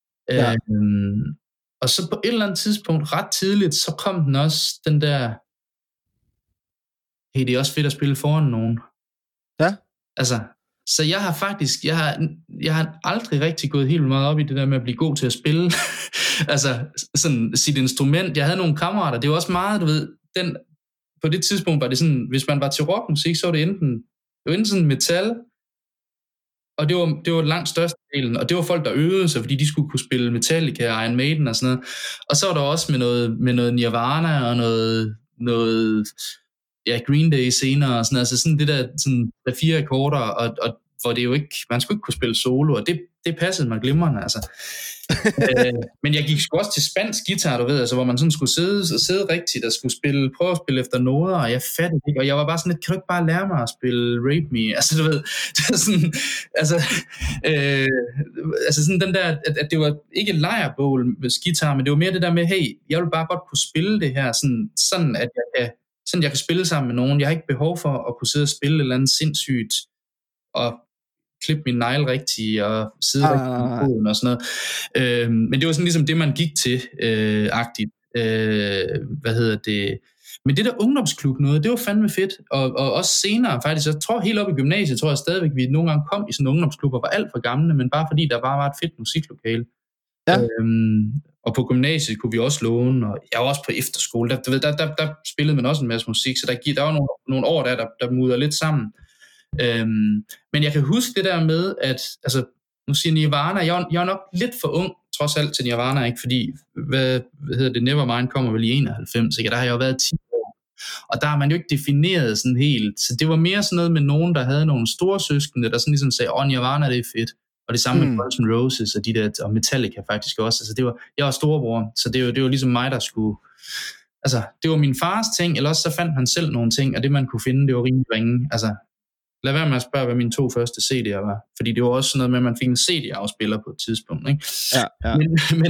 Og så på et eller andet tidspunkt, ret tidligt, så kom den også, den der, hey, det er også fedt at spille foran nogen. Ja. Altså, så jeg har aldrig rigtig gået helt meget op i det der med at blive god til at spille. Altså, sådan sit instrument. Jeg havde nogle kammerater, det var også meget, du ved, på det tidspunkt var det sådan, hvis man var til rockmusik, så var det enten sådan metal, og det var langt størstedelen, og det var folk, der øvede sig, fordi de skulle kunne spille Metallica og Iron Maiden og sådan noget. Og så var der også med noget Nirvana og noget Green Day senere og sådan noget. Altså sådan det der sådan 4 akkorder, og hvor det jo ikke, man skulle ikke kunne spille solo, og det passede mig glimrende, altså. Men jeg gik sgu også til spansk guitar, du ved, altså, hvor man sådan skulle sidde rigtigt og skulle prøve at spille efter noder, og jeg fattede ikke, og jeg var bare sådan lidt, kan du ikke bare lære mig at spille Rape Me? Altså, du ved, det var sådan, altså sådan den der, at det var ikke en lejrbål med guitar, men det var mere det der med, hey, jeg vil bare godt kunne spille det her, sådan at jeg kan spille sammen med nogen. Jeg har ikke behov for at kunne sidde og spille et eller andet sindssygt, og klippe min negle rigtigt, og sidde rigtigt på koden og sådan noget. Men det var sådan ligesom det, man gik til, agtigt. Men det der ungdomsklub noget, det var fandme fedt. Og også senere faktisk, jeg tror helt op i gymnasiet, tror jeg stadigvæk, vi nogle gange kom i sådan en ungdomsklub, og var alt for gamle, men bare fordi der bare var et fedt musiklokale. Ja. Og på gymnasiet kunne vi også låne, og jeg var også på efterskole, der spillede man også en masse musik, så der var nogle år der mudder lidt sammen. Men jeg kan huske det der med, at altså, nu siger Nirvana, jeg er nok lidt for ung, trods alt til Nirvana, ikke? Fordi, hvad hedder det, Nevermind kommer vel i 91, ikke? Der har jeg jo været 10 år, og der har man jo ikke defineret sådan helt, så det var mere sådan noget med nogen, der havde nogle store søskende, der sådan ligesom sagde, Nirvana, det er fedt, og det samme med Guns N' Roses, og Metallica faktisk også, altså jeg var storebror, så det var ligesom mig, der skulle, altså, det var min fars ting, eller også så fandt han selv nogle ting, og det man kunne finde, det var rimelig ringe, altså, lad være med at spørge, hvad mine 2 første CD'er var. Fordi det var også sådan noget med, at man fik en CD-afspiller på et tidspunkt. Ikke? Ja.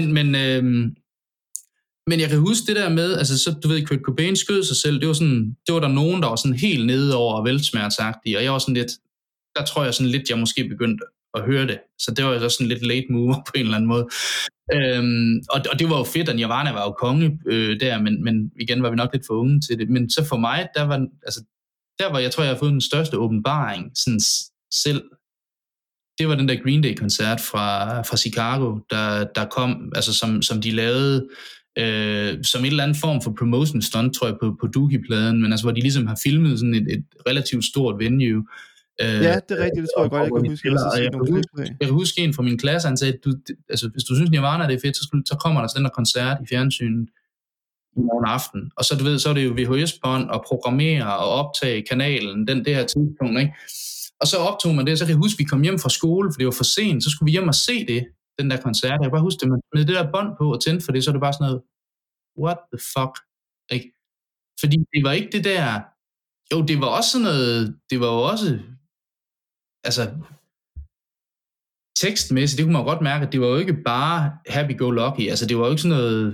Men jeg kan huske det der med, altså så du ved, Kurt Cobain skød sig selv, det var der nogen, der var sådan helt nede over velsmertsagtige, og jeg var sådan lidt, der tror jeg sådan lidt, jeg måske begyndte at høre det. Så det var jo sådan lidt late mover på en eller anden måde. Og det var jo fedt, at Nirvana var jo konge der, men igen var vi nok lidt for unge til det. Men så for mig, der var, jeg tror, jeg har fået den største åbenbaring sådan selv. Det var den der Green Day-koncert fra Chicago, der kom, altså som de lavede, som en eller anden form for promotion stunt, tror jeg, på Dookie-pladen, men altså hvor de ligesom har filmet sådan et relativt stort venue, Ja, det er rigtigt, det tror jeg godt, jeg kan huske. Jeg kan huske en fra min klasse, han sagde, hvis du synes Nirvana det er fedt, så kommer der til den der koncert i fjernsynet i morgen aften. Og så, du ved, så er det jo VHS-bånd og programmere og optage kanalen, det her tidspunkt, ikke? Og så optog man det, så kan jeg huske, vi kom hjem fra skole, for det var for sent, så skulle vi hjem og se det, den der koncert. Jeg kan bare huske det, med det der bånd på og tændte for det, så er det bare sådan noget, what the fuck, ikke? Fordi det var ikke det der, jo, det var også sådan noget, det var jo også, altså, tekstmæssigt, det kunne man godt mærke, at det var jo ikke bare happy-go-lucky, altså det var jo ikke sådan noget,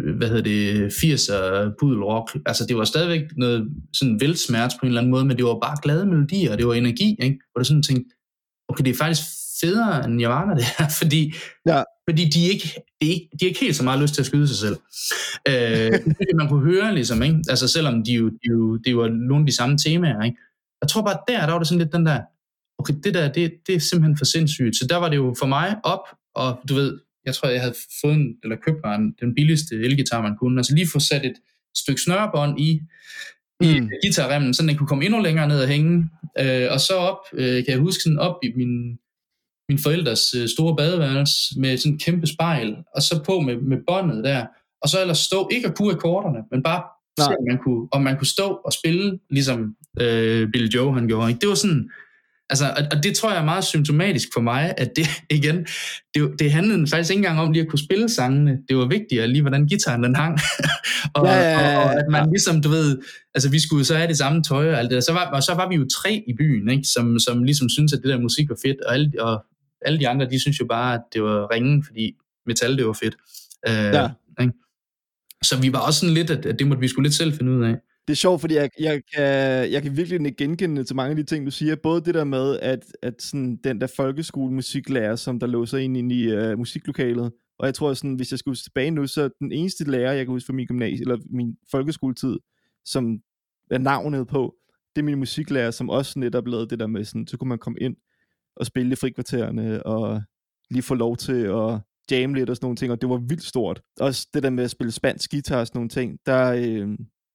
80'er pudelrock, altså det var stadigvæk noget sådan veldsmerts på en eller anden måde, men det var bare glade melodier, og det var energi, ikke? Hvor det sådan tænkte, okay, det er faktisk federe end Nirvana det her, fordi de er ikke helt så meget lyst til at skyde sig selv. Det man kunne høre ligesom, ikke? Altså selvom det var nogle af de samme temaer, ikke? Jeg tror bare der var det sådan lidt den der, okay, det der, det er simpelthen for sindssygt. Så der var det jo for mig op, og du ved, jeg tror, jeg havde fået købt mig den billigste elgitar, man kunne. Altså lige få sat et stykke snørebånd i guitarremmen, så den kunne komme endnu længere ned og hænge. Og så op, kan jeg huske, sådan op i min forældres store badeværelse med sådan en kæmpe spejl, og så på med båndet der. Og så ellers stå, ikke at kunne akkorderne, men bare se, om man kunne stå og spille, ligesom Billy Joe han gjorde. Ikke? Det var sådan, altså, og det tror jeg er meget symptomatisk for mig, at det igen, det handlede faktisk ikke engang om lige at kunne spille sangene. Det var vigtigere lige, hvordan gitaren den hang. og at man ligesom, du ved, altså vi skulle så have det samme tøj og alt det der. Så var vi jo 3 i byen, ikke? Som ligesom syntes, at det der musik var fedt, og alle de andre, de synes jo bare, at det var ringen, fordi metal, det var fedt. Ikke? Så vi var også sådan lidt, at det måtte vi skulle lidt selv finde ud af. Det er sjovt, fordi jeg kan virkelig genkende til mange af de ting, du siger. Både det der med, at sådan, den der folkeskolemusiklærer, som der låser ind i musiklokalet, og jeg tror sådan, hvis jeg skulle tilbage nu, så den eneste lærer, jeg kan huske fra min gymnasie, eller min folkeskoletid, som er navnet på, det er min musiklærer, som også netop lavede det der med sådan, så kunne man komme ind og spille i frikvartererne, og lige få lov til at jamme lidt og sådan nogle ting, og det var vildt stort. Også det der med at spille spansk guitar og sådan nogle ting, der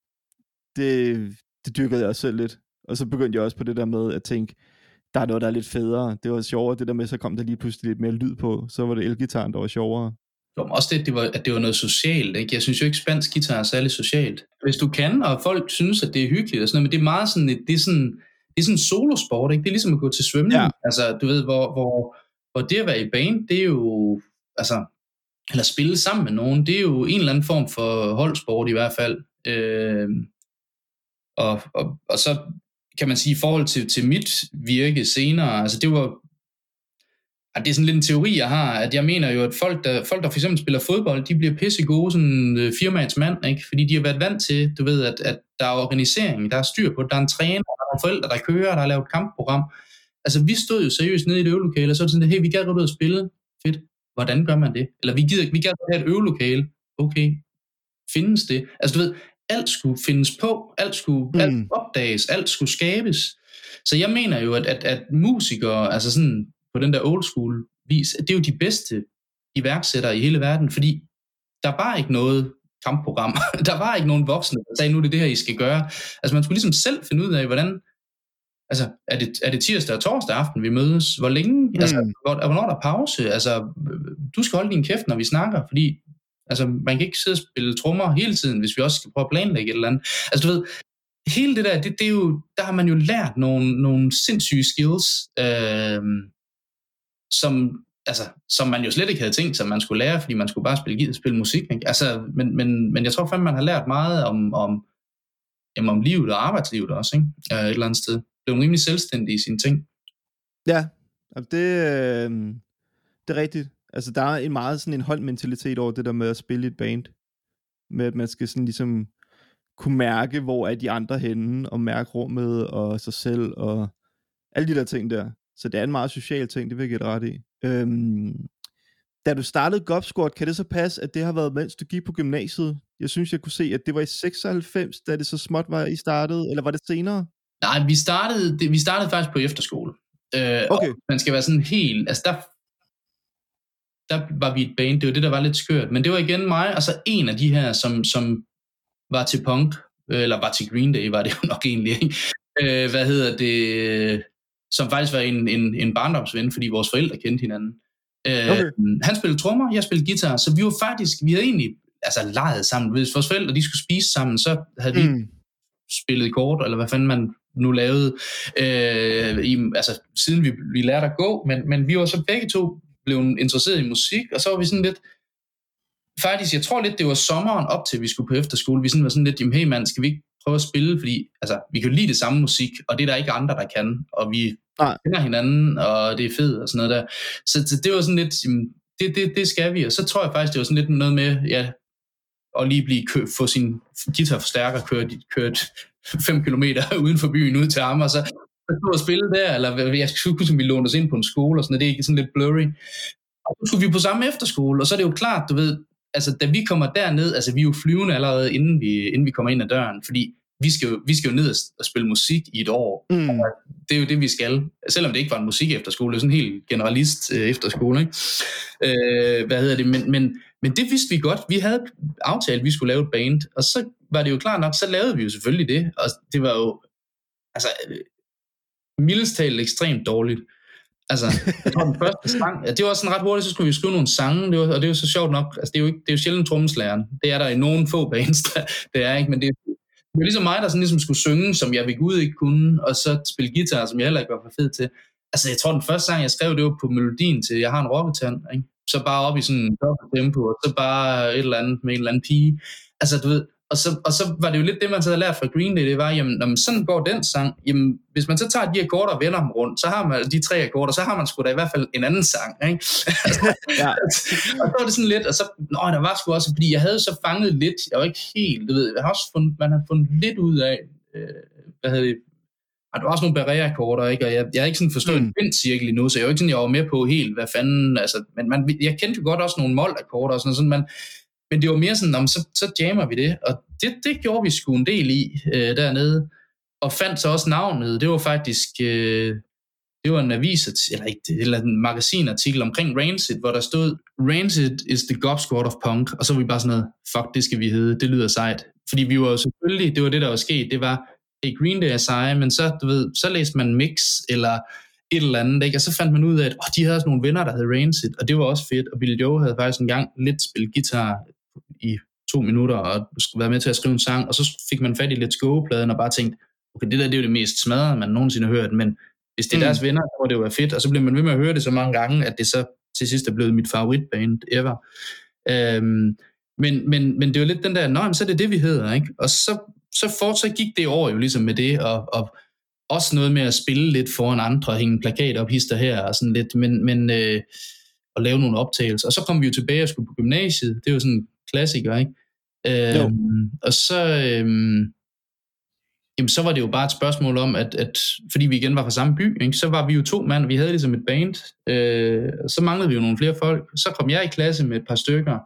det dyrkede jeg også selv lidt. Og så begyndte jeg også på det der med at tænke, der er noget, der er lidt federe. Det var sjovere, det der med, så kom der lige pludselig lidt mere lyd på. Så var det elgitaren, der var sjovere. Også at det var noget socialt, ikke? Jeg synes jo ikke, spansk guitar er særlig socialt. Hvis du kan, og folk synes, at det er hyggeligt og sådan noget, men det er meget sådan, det er sådan solosport, ikke? Det er ligesom at gå til svømning. Ja. Altså, du ved, hvor det at være i band, det er jo, altså, eller spille sammen med nogen, det er jo en eller anden form for holdsport i hvert fald. Og så kan man sige, i forhold til mit virke senere, altså det er sådan lidt en teori, jeg har, at jeg mener jo, at folk der for eksempel spiller fodbold, de bliver pissegode sådan firmandsmand, ikke? Fordi de har været vant til, du ved, at der er organisering, der er styr på det, der er en træner, der er nogle forældre, der kører, der har lavet et kampprogram. Altså vi stod jo seriøst nede i et øvelokale, og så er det sådan, hey, vi gad godt ud at spille, fedt, hvordan gør man det? Eller vi gad have et øvelokale, okay, findes det? Altså du ved, alt skulle findes på, alt skulle opdages, alt skulle skabes. Så jeg mener jo, at musikere, altså sådan på den der old school vis, det er jo de bedste iværksættere i hele verden, fordi der var ikke noget kampprogram, der var ikke nogen voksne, der sagde, nu er det her, I skal gøre. Altså man skulle ligesom selv finde ud af, hvordan, altså er det tirsdag og torsdag aften, vi mødes, hvor længe, altså hvornår der er pause, altså du skal holde din kæft, når vi snakker, fordi altså, man kan ikke sidde og spille trommer hele tiden, hvis vi også skal prøve at planlægge et eller andet. Altså, du ved, hele det der, det er jo, der har man jo lært nogle sindssyge skills, som man jo slet ikke havde tænkt sig, man skulle lære, fordi man skulle bare spille musik. Ikke? Altså, men jeg tror fandme, man har lært meget om livet og arbejdslivet også, ikke? Et eller andet sted. Det er jo rimelig selvstændig i sine ting. Ja, det er rigtigt. Altså, der er meget sådan en holdmentalitet over det der med at spille et band. Med at man skal sådan ligesom kunne mærke, hvor er de andre henne, og mærke rummet, og sig selv, og alle de der ting der. Så det er en meget social ting, det vil jeg give ret i. Da du startede Gopsquad, kan det så passe, at det har været, mens du gik på gymnasiet? Jeg synes, jeg kunne se, at det var i 96, da det så småt var, I startede, eller var det senere? Nej, vi startede faktisk på efterskole. Okay. Man skal være sådan helt, altså der var vi et band, det var det, der var lidt skørt, men det var igen mig, og så en af de her, som var til punk, eller var til Green Day, var det jo nok egentlig, ikke? som faktisk var en barndomsven, fordi vores forældre kendte hinanden. Okay. Han spillede trommer, jeg spillede guitar, så vi havde egentlig leget sammen. Hvis vores forældre de skulle spise sammen, så havde vi spillet kort, eller hvad fanden man nu lavede, siden vi lærte at gå, men vi var så begge to blevet interesseret i musik, og så var vi sådan lidt, faktisk, jeg tror lidt, det var sommeren op til, vi skulle på efterskole, vi sådan var sådan lidt, jamen hey mand, skal vi ikke prøve at spille, fordi vi kan jo lide det samme musik, og det er der ikke andre, der kan, og vi kender hinanden, og det er fedt, og sådan noget der. Så det var sådan lidt, det skal vi, og så tror jeg faktisk, det var sådan lidt noget med, at lige få sin guitarforstærker kørt 5 kilometer uden for byen ud til ham, og så stod og spille der, eller jeg skulle huske, vi lånte os ind på en skole, og sådan, det er sådan lidt blurry. Og så skulle vi på samme efterskole, og så er det jo klart, du ved, da vi kommer derned, vi er jo flyvende allerede, inden vi kommer ind ad døren, fordi vi skal jo ned og spille musik i et år. Det er jo det, vi skal. Selvom det ikke var en musik efterskole, det er sådan en helt generalist efterskole, ikke? Men det vidste vi godt. Vi havde aftalt, at vi skulle lave et band, og så var det jo klart nok, så lavede vi jo selvfølgelig det, og det var jo, mildest talt ekstremt dårligt. Jeg tror den første sang, det var sådan ret hurtigt, så skulle vi skrive nogle sange, og det er jo så sjovt nok, det er jo sjældent trommeslæren, det er der i nogen få bands, det er ikke, men det er ligesom mig, der sådan ligesom skulle synge, som jeg ved Gud ikke kunne, og så spille guitar, som jeg heller ikke var for fed til. Jeg tror den første sang, jeg skrev, det var på melodien til Jeg har en rocketand, ikke? Så bare op i sådan en dobbelt tempo, og så bare et eller andet med en eller anden pige. Du ved, og så var det jo lidt det, man så havde lært fra Green Day, det var, jamen, når man sådan går den sang, jamen, hvis man så tager de akkorder og vender dem rundt, så har man de 3 akkorder, så har man sgu da i hvert fald en anden sang, ikke? Og så var det sådan lidt, og så, der var sgu også, fordi jeg havde så fanget lidt, jeg var ikke helt, du ved, man har fundet lidt ud af, der var også nogle barriereakkorder, ikke? Og jeg havde ikke sådan forstået en bindcirkel endnu, så jeg var ikke sådan, jeg var med på helt, hvad fanden, men jeg kendte jo godt også nogle mål-akkorder og sådan, men det var mere sådan, så jammer vi det, og det gjorde vi sgu en del i dernede, og fandt så også navnet. Det var faktisk, det var en en magasinartikel omkring Rancid, hvor der stod, Rancid is the gob squad of punk, og så var vi bare sådan noget, fuck, det skal vi hedde, det lyder sejt. Fordi vi var jo selvfølgelig, det var det, der var sket, det var, Green Day er seje, men så, du ved, så læste man Mix, eller et eller andet, ikke? Og så fandt man ud af, at de havde også nogle venner, der hed Rancid, og det var også fedt, og Billy Joe havde faktisk engang lidt spillet guitar i 2 minutter, og skulle være med til at skrive en sang, og så fik man fat i Let's Go-pladen, og bare tænkte, okay, det der, det er jo det mest smadrede, man nogensinde har hørt, men hvis det er deres venner, så må det jo være fedt, og så blev man ved med at høre det så mange gange, at det så til sidst er blevet mit favoritband ever. Men det var lidt den der, så er det vi hedder, ikke? Og så gik det over jo ligesom med det, og også noget med at spille lidt foran andre, hænge plakat op, hister her og sådan lidt, men og lave nogle optagelser. Og så kom vi jo tilbage og skulle på gymnasiet. Det er jo sådan en klassiker, ikke? Og så, så var det jo bare et spørgsmål om, at fordi vi igen var fra samme by, ikke, så var vi jo 2 mand, vi havde ligesom et band. Så manglede vi jo nogle flere folk. Så kom jeg i klasse med et par stykker.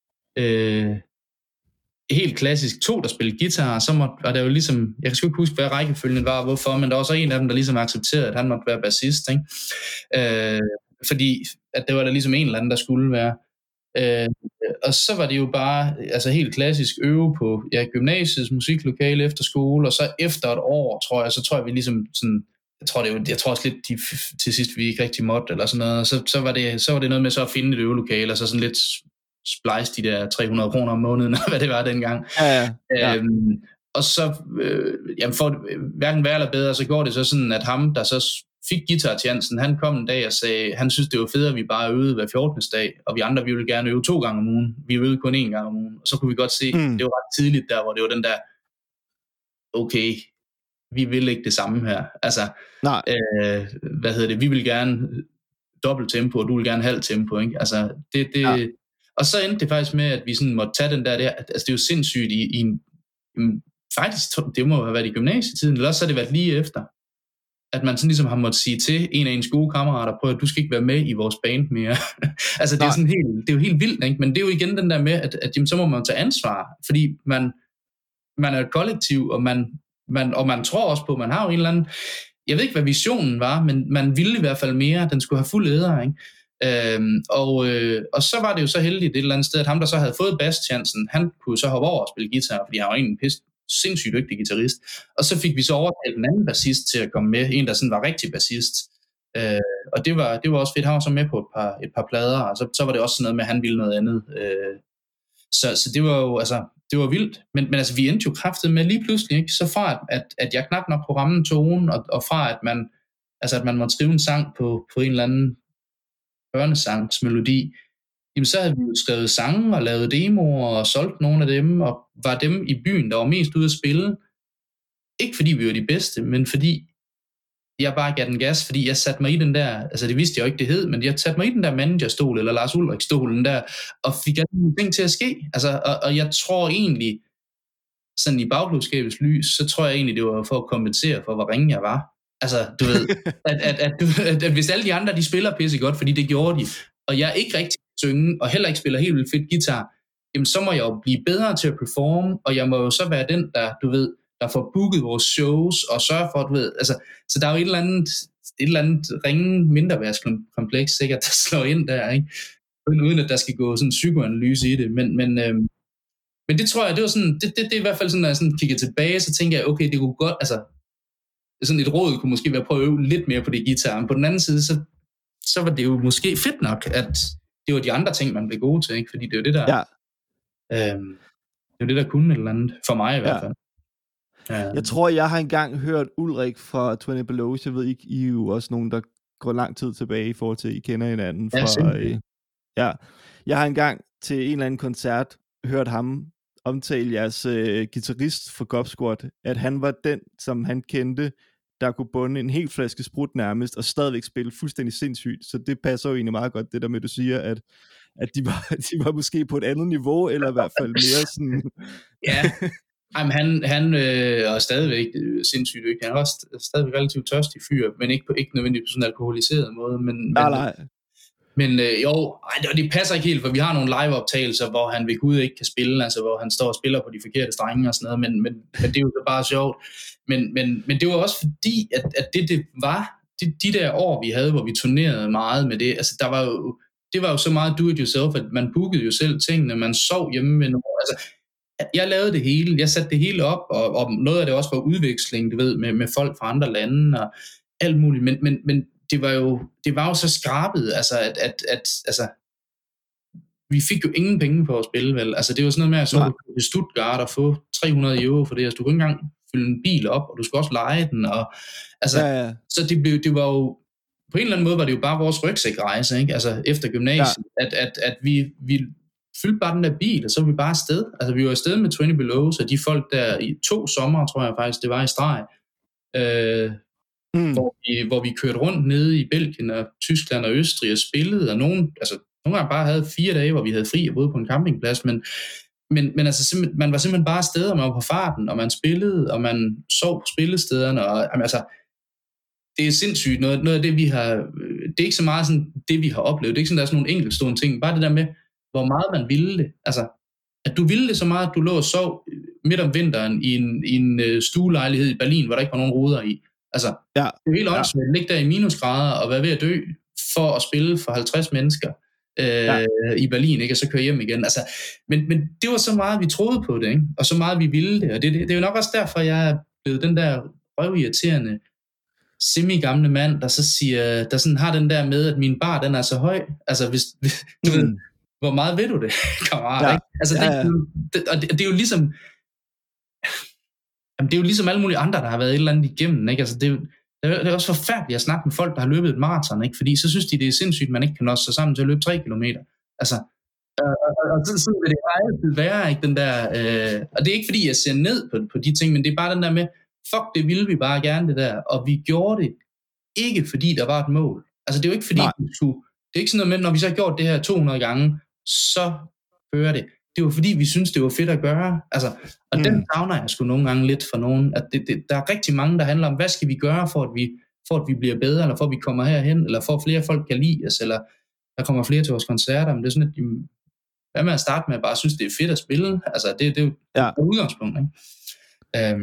Helt klassisk 2, der spillede guitar, og så var der jo ligesom, jeg kan sgu ikke huske, hvad rækkefølgen var, hvorfor, men der var så en af dem, der ligesom accepterede, at han måtte være bassist, ikke? Fordi at det var der ligesom en eller anden, der skulle være. Og så var det jo bare helt klassisk øve på gymnasiets musiklokale efter skole, og så efter et år, tror jeg vi ligesom sådan, jeg tror også lidt, til sidst vi ikke rigtig måtte, eller sådan noget, så var det noget med så at finde et øvelokale, og så sådan lidt splice de der 300 kroner om måneden, hvad det var dengang. Ja. Og så, for hverken værre eller bedre, så går det så sådan, at ham, der så fik guitar-tjansen, han kom en dag og sagde, han synes det var fedt, at vi bare øvede hver 14. dag, og vi andre, vi ville gerne øve 2 gange om ugen. Vi øvede kun 1 gang om ugen. Og så kunne vi godt se, det var ret tidligt der, hvor det var den der, okay, vi vil ikke det samme her. Nej. Vi vil gerne dobbelt tempo, og du vil gerne halvt tempo, ikke? Ja. Og så endte det faktisk med, at vi sådan måtte tage den der, det er jo sindssygt i en faktisk, det må have været i gymnasietiden, eller også har det været lige efter, at man sådan ligesom har måttet sige til en af ens gode kammerater, prøv at du skal ikke være med i vores band mere. Det er sådan det er jo helt vildt, ikke? Men det er jo igen den der med, at jamen, så må man tage ansvar, fordi man er et kollektiv, og man tror også på, man har jo en eller anden, jeg ved ikke, hvad visionen var, men man ville i hvert fald mere, den skulle have fuld æder, ikke? Og så var det jo så heldigt et eller andet sted, at ham, der så havde fået basschancen, han kunne så hoppe over og spille guitar, fordi han var egentlig sindssygt dygtig guitarist. Og så fik vi så overtalt en anden bassist til at komme med, en der sådan var rigtig bassist. Og det var også fedt. Han var så med på et par plader, og så var det også sådan noget med, at han ville noget andet. Så det var jo, altså, det var vildt. Men altså, vi endte jo kraftigt med lige pludselig, ikke? Så fra at jeg knap nok kunne ramme tonen, og fra at man måtte skrive en sang på en eller anden børnesangsmelodi, jamen så havde vi jo skrevet sange og lavet demoer og solgt nogle af dem, og var dem i byen, der var mest ude at spille. Ikke fordi vi var de bedste, men fordi jeg bare gav den gas, fordi jeg satte mig i den der, altså det vidste jeg jo ikke, det hed, men jeg satte mig i den der managerstol, eller Lars Ulrik-stolen der, og fik alle de ting til at ske. Altså, og jeg tror egentlig, sådan i bagklogskabets lys, så tror jeg egentlig, det var for at kompensere for, hvor ringe jeg var. Altså, du ved, at hvis alle de andre, de spiller pisse godt, fordi det gjorde de, og jeg ikke rigtig synge, og heller ikke spiller helt vildt fedt guitar, jamen så må jeg jo blive bedre til at performe, og jeg må jo så være den, der, du ved, der får booket vores shows, og sørger for, du ved, altså, så der er jo et eller andet ringe mindreværdskompleks, sikkert, der slår ind der, ikke? Uden at der skal gå sådan en psykoanalyse i det, men det tror jeg, det var sådan, det er i hvert fald sådan, når jeg sådan kigger tilbage, så tænker jeg, okay, det kunne godt, altså, sådan et råd kunne måske være at prøve at øve lidt mere på det guitar, men på den anden side, så var det jo måske fedt nok, at det var de andre ting, man blev gode til, ikke? Fordi det er jo det, der, det er det, der kunne et eller andet, for mig i hvert fald. Jeg tror, jeg har engang hørt Ulrik fra 20 Below. Jeg ved ikke, I er jo også nogen, der går lang tid tilbage i forhold til, at I kender hinanden. Jeg har engang til en eller anden koncert hørt ham omtale jeres guitarist for Gob Squad, at han var den, som han kendte, der kunne bunde en helt flaske sprut nærmest, og stadigvæk spille fuldstændig sindssygt. Så det passer jo egentlig meget godt, det der med, at du siger, at de var måske på et andet niveau, eller i hvert fald mere sådan... Ja. Jamen, han er stadigvæk sindssygt dygtig. Han er også stadigvæk relativt tørstig fyr, men ikke nødvendigvis på sådan en alkoholiseret måde. Men det passer ikke helt, for vi har nogle live-optagelser, hvor han ved Gud ikke kan spille, altså hvor han står og spiller på de forkerte strenge og sådan noget, men det er jo så bare sjovt. Men det var også fordi, at det var, de der år, vi havde, hvor vi turnerede meget med det, altså det var jo så meget do-it-yourself, at man bookede jo selv tingene, man sov hjemme med nogen, altså jeg lavede det hele, jeg satte det hele op, og noget af det også var udveksling, du ved, med folk fra andre lande og alt muligt, men det var jo så skrabet, altså altså vi fik jo ingen penge på at spille, vel, altså det var sådan noget med at så i Stuttgart og få 300 euro for det, altså du kunne ikke engang fylde en bil op, og du skulle også leje den, og altså, så det var jo, på en eller anden måde var det jo bare vores rygsækrejse, ikke, altså efter gymnasiet, at vi fyldte bare den der bil, og så var vi bare afsted. Altså, vi var afsted med 20 Below, så de folk der i 2 sommer, tror jeg faktisk, det var i streg, hvor vi kørte rundt nede i Belgien og Tyskland og Østrig og spillede, og nogle gange bare havde 4 dage, hvor vi havde fri og boede på en campingplads, men altså, man var simpelthen bare afsted, og man var på farten, og man spillede, og man sov på spillestederne, og altså, det er sindssygt. Noget af det, vi har, det er ikke så meget sådan, det vi har oplevet, det er ikke sådan, der er sådan nogle enkeltstående ting, bare det der med, hvor meget man ville det. Altså, at du ville det så meget, at du lå og sov midt om vinteren i en stuelejlighed i Berlin, hvor der ikke var nogen ruder i. Altså, det er helt åndssvagt at ligge der i minusgrader og være ved at dø for at spille for 50 mennesker i Berlin, ikke? Og så køre hjem igen. Altså, men det var så meget, vi troede på det, ikke? Og så meget, vi ville det. Og det er jo nok også derfor, jeg er blevet den der røvirriterende semi-gamle mand, der så siger, der sådan har den der med, at min bar, den er så høj. Altså, hvis du ved, hvor meget ved du det, kammerat, ikke? Altså, det er jo ligesom, jamen, det er jo ligesom alle mulige andre, der har været et eller andet igennem, ikke? Altså, det er også forfærdeligt at snakke med folk, der har løbet et maraton, ikke? Fordi så synes de, det er sindssygt, man ikke kan nå sig sammen til at løbe 3 kilometer. Altså, og sådan vil det altid være, ikke? Den der, og det er ikke fordi, jeg ser ned på de ting, men det er bare den der med, fuck, det ville vi bare gerne det der, og vi gjorde det ikke fordi der var et mål. Altså, det er jo ikke fordi, det er ikke sådan noget med, når vi så har gjort det her 200 gange, så fører det. Det var fordi, vi synes det var fedt at gøre. Altså, og den savner jeg sgu nogle gange lidt for nogen. At der er rigtig mange, der handler om, hvad skal vi gøre, for at vi bliver bedre, eller for at vi kommer herhen, eller for at flere folk kan lide os, eller der kommer flere til vores koncerter. Men det er sådan, at hvad med at starte med at bare synes, det er fedt at spille? Altså, det er jo et udgangspunkt, ikke?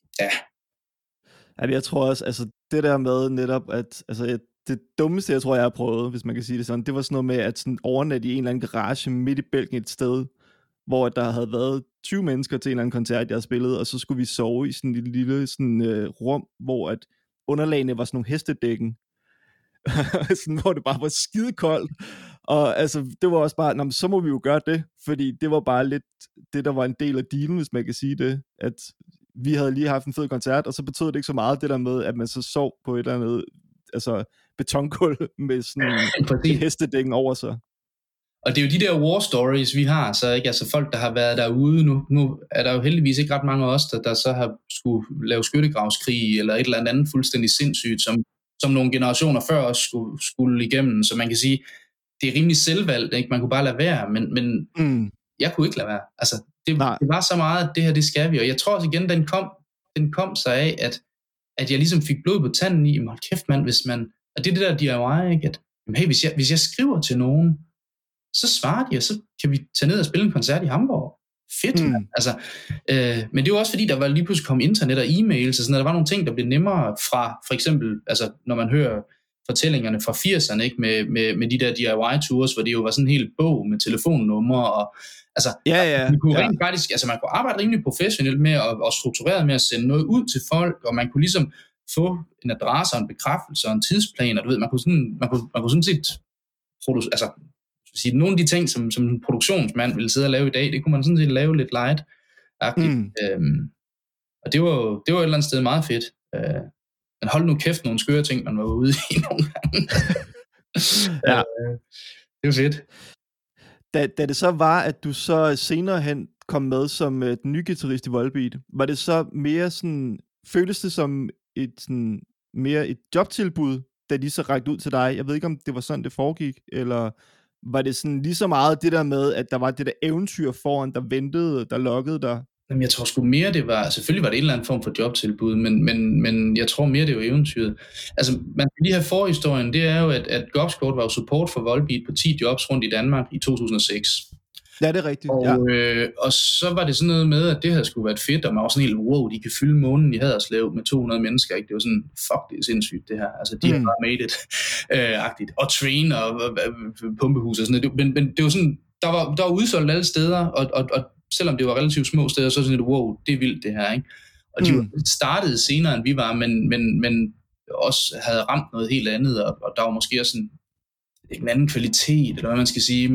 Jeg tror også, altså det der med netop, at altså, det dummeste, jeg tror, jeg har prøvet, hvis man kan sige det sådan, det var sådan noget med at sådan overnatte i en eller anden garage midt i Belgien et sted, hvor der havde været 20 mennesker til en eller anden koncert, jeg havde spillet, og så skulle vi sove i sådan et lille rum, hvor at underlagene var sådan nogle hestedækken, sådan, hvor det bare var skidekoldt, og altså, det var også bare, så må vi jo gøre det, fordi det var bare lidt det, der var en del af dealen, hvis man kan sige det, at vi havde lige haft en fed koncert, og så betød det ikke så meget det der med, at man så sov på et eller andet, altså betonkul med sådan en hestedækken over sig. Og det er jo de der war stories, vi har, så ikke, altså folk, der har været derude, nu er der jo heldigvis ikke ret mange af os, der så har skulle lave skyttegravskrig, eller et eller andet fuldstændig sindssygt, som nogle generationer før os skulle igennem, så man kan sige, det er rimelig selvvalgt, ikke? Man kunne bare lade være, men jeg kunne ikke lade være. Altså, det var så meget, at det her, det skal vi, og jeg tror også igen, den kom sig af, at jeg ligesom fik blod på tanden i, hold kæft mand, hvis man, og det er det der DIY, ikke? At, hey, hvis jeg skriver til nogen, så svarer de, og så kan vi tage ned og spille en koncert i Hamburg. Fedt, altså, men det er jo også fordi, der var lige pludselig kom internet og e-mails, og sådan, og der var nogle ting, der blev nemmere fra, for eksempel, altså, når man hører fortællingerne fra 80'erne, ikke, med de der DIY-tours, hvor det jo var sådan en hel bog med telefonnumre, og altså, man kunne rent faktisk, altså, man kunne arbejde rimelig professionelt med, og struktureret med at sende noget ud til folk, og man kunne ligesom få en adresse og en bekræftelse og en tidsplan, og du ved, man kunne sådan set altså, nogle af de ting, som en produktionsmand ville sidde og lave i dag, det kunne man sådan set lave lidt light-agtigt. Og det var et eller andet sted meget fedt. Men hold nu kæft nogle skøre ting, man var ude i nogle gange. Det var fedt. Da det så var, at du så senere hen kom med som den nye guitarist i Volbeat, var det så mere sådan, føltes det som mere et jobtilbud, da de så rakte ud til dig? Jeg ved ikke, om det var sådan, det foregik, eller var det sådan lige så meget det der med, at der var det der eventyr foran, der ventede, der lokkede dig? Jamen, jeg tror sgu mere, det var, selvfølgelig var det en eller anden form for jobtilbud, men jeg tror mere, det var eventyret. Altså, man kan lige have forhistorien, det er jo, at Gopskort var jo support for Volbeat på 10 jobs rundt i Danmark i 2006. Ja, det er rigtigt. Og så var det sådan noget med, at det havde skulle været fedt, og man var sådan helt, wow, de kan fylde månen i Haderslev med 200 mennesker, ikke? Det var sådan, fuck, det er sindssygt det her. Altså, de har bare made it-agtigt. Og train og pumpehus og sådan noget. Men det var sådan, der var udsolgt alle steder, og selvom det var relativt små steder, så var sådan et, wow, det er vildt det her, ikke? Og de startede senere, end vi var, men også havde ramt noget helt andet, og der var måske også en anden kvalitet, eller hvad man skal sige,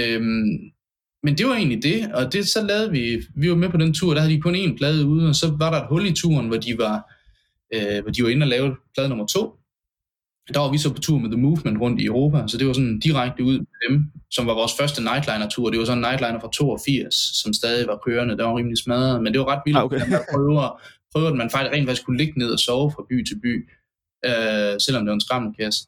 men det var egentlig det, og det så lavede vi var med på den tur, der havde de kun én plade ude, og så var der et hul i turen, hvor de var inde og lave plade nummer 2. Der var vi så på tur med The Movement rundt i Europa, så det var sådan direkte ud med dem, som var vores første Nightliner-tur. Det var sådan en Nightliner fra 82, som stadig var kørende, der var rimelig smadret, men det var ret vildt, at man prøver, at man faktisk rent faktisk kunne ligge ned og sove fra by til by, selvom det var en skrammelkasse.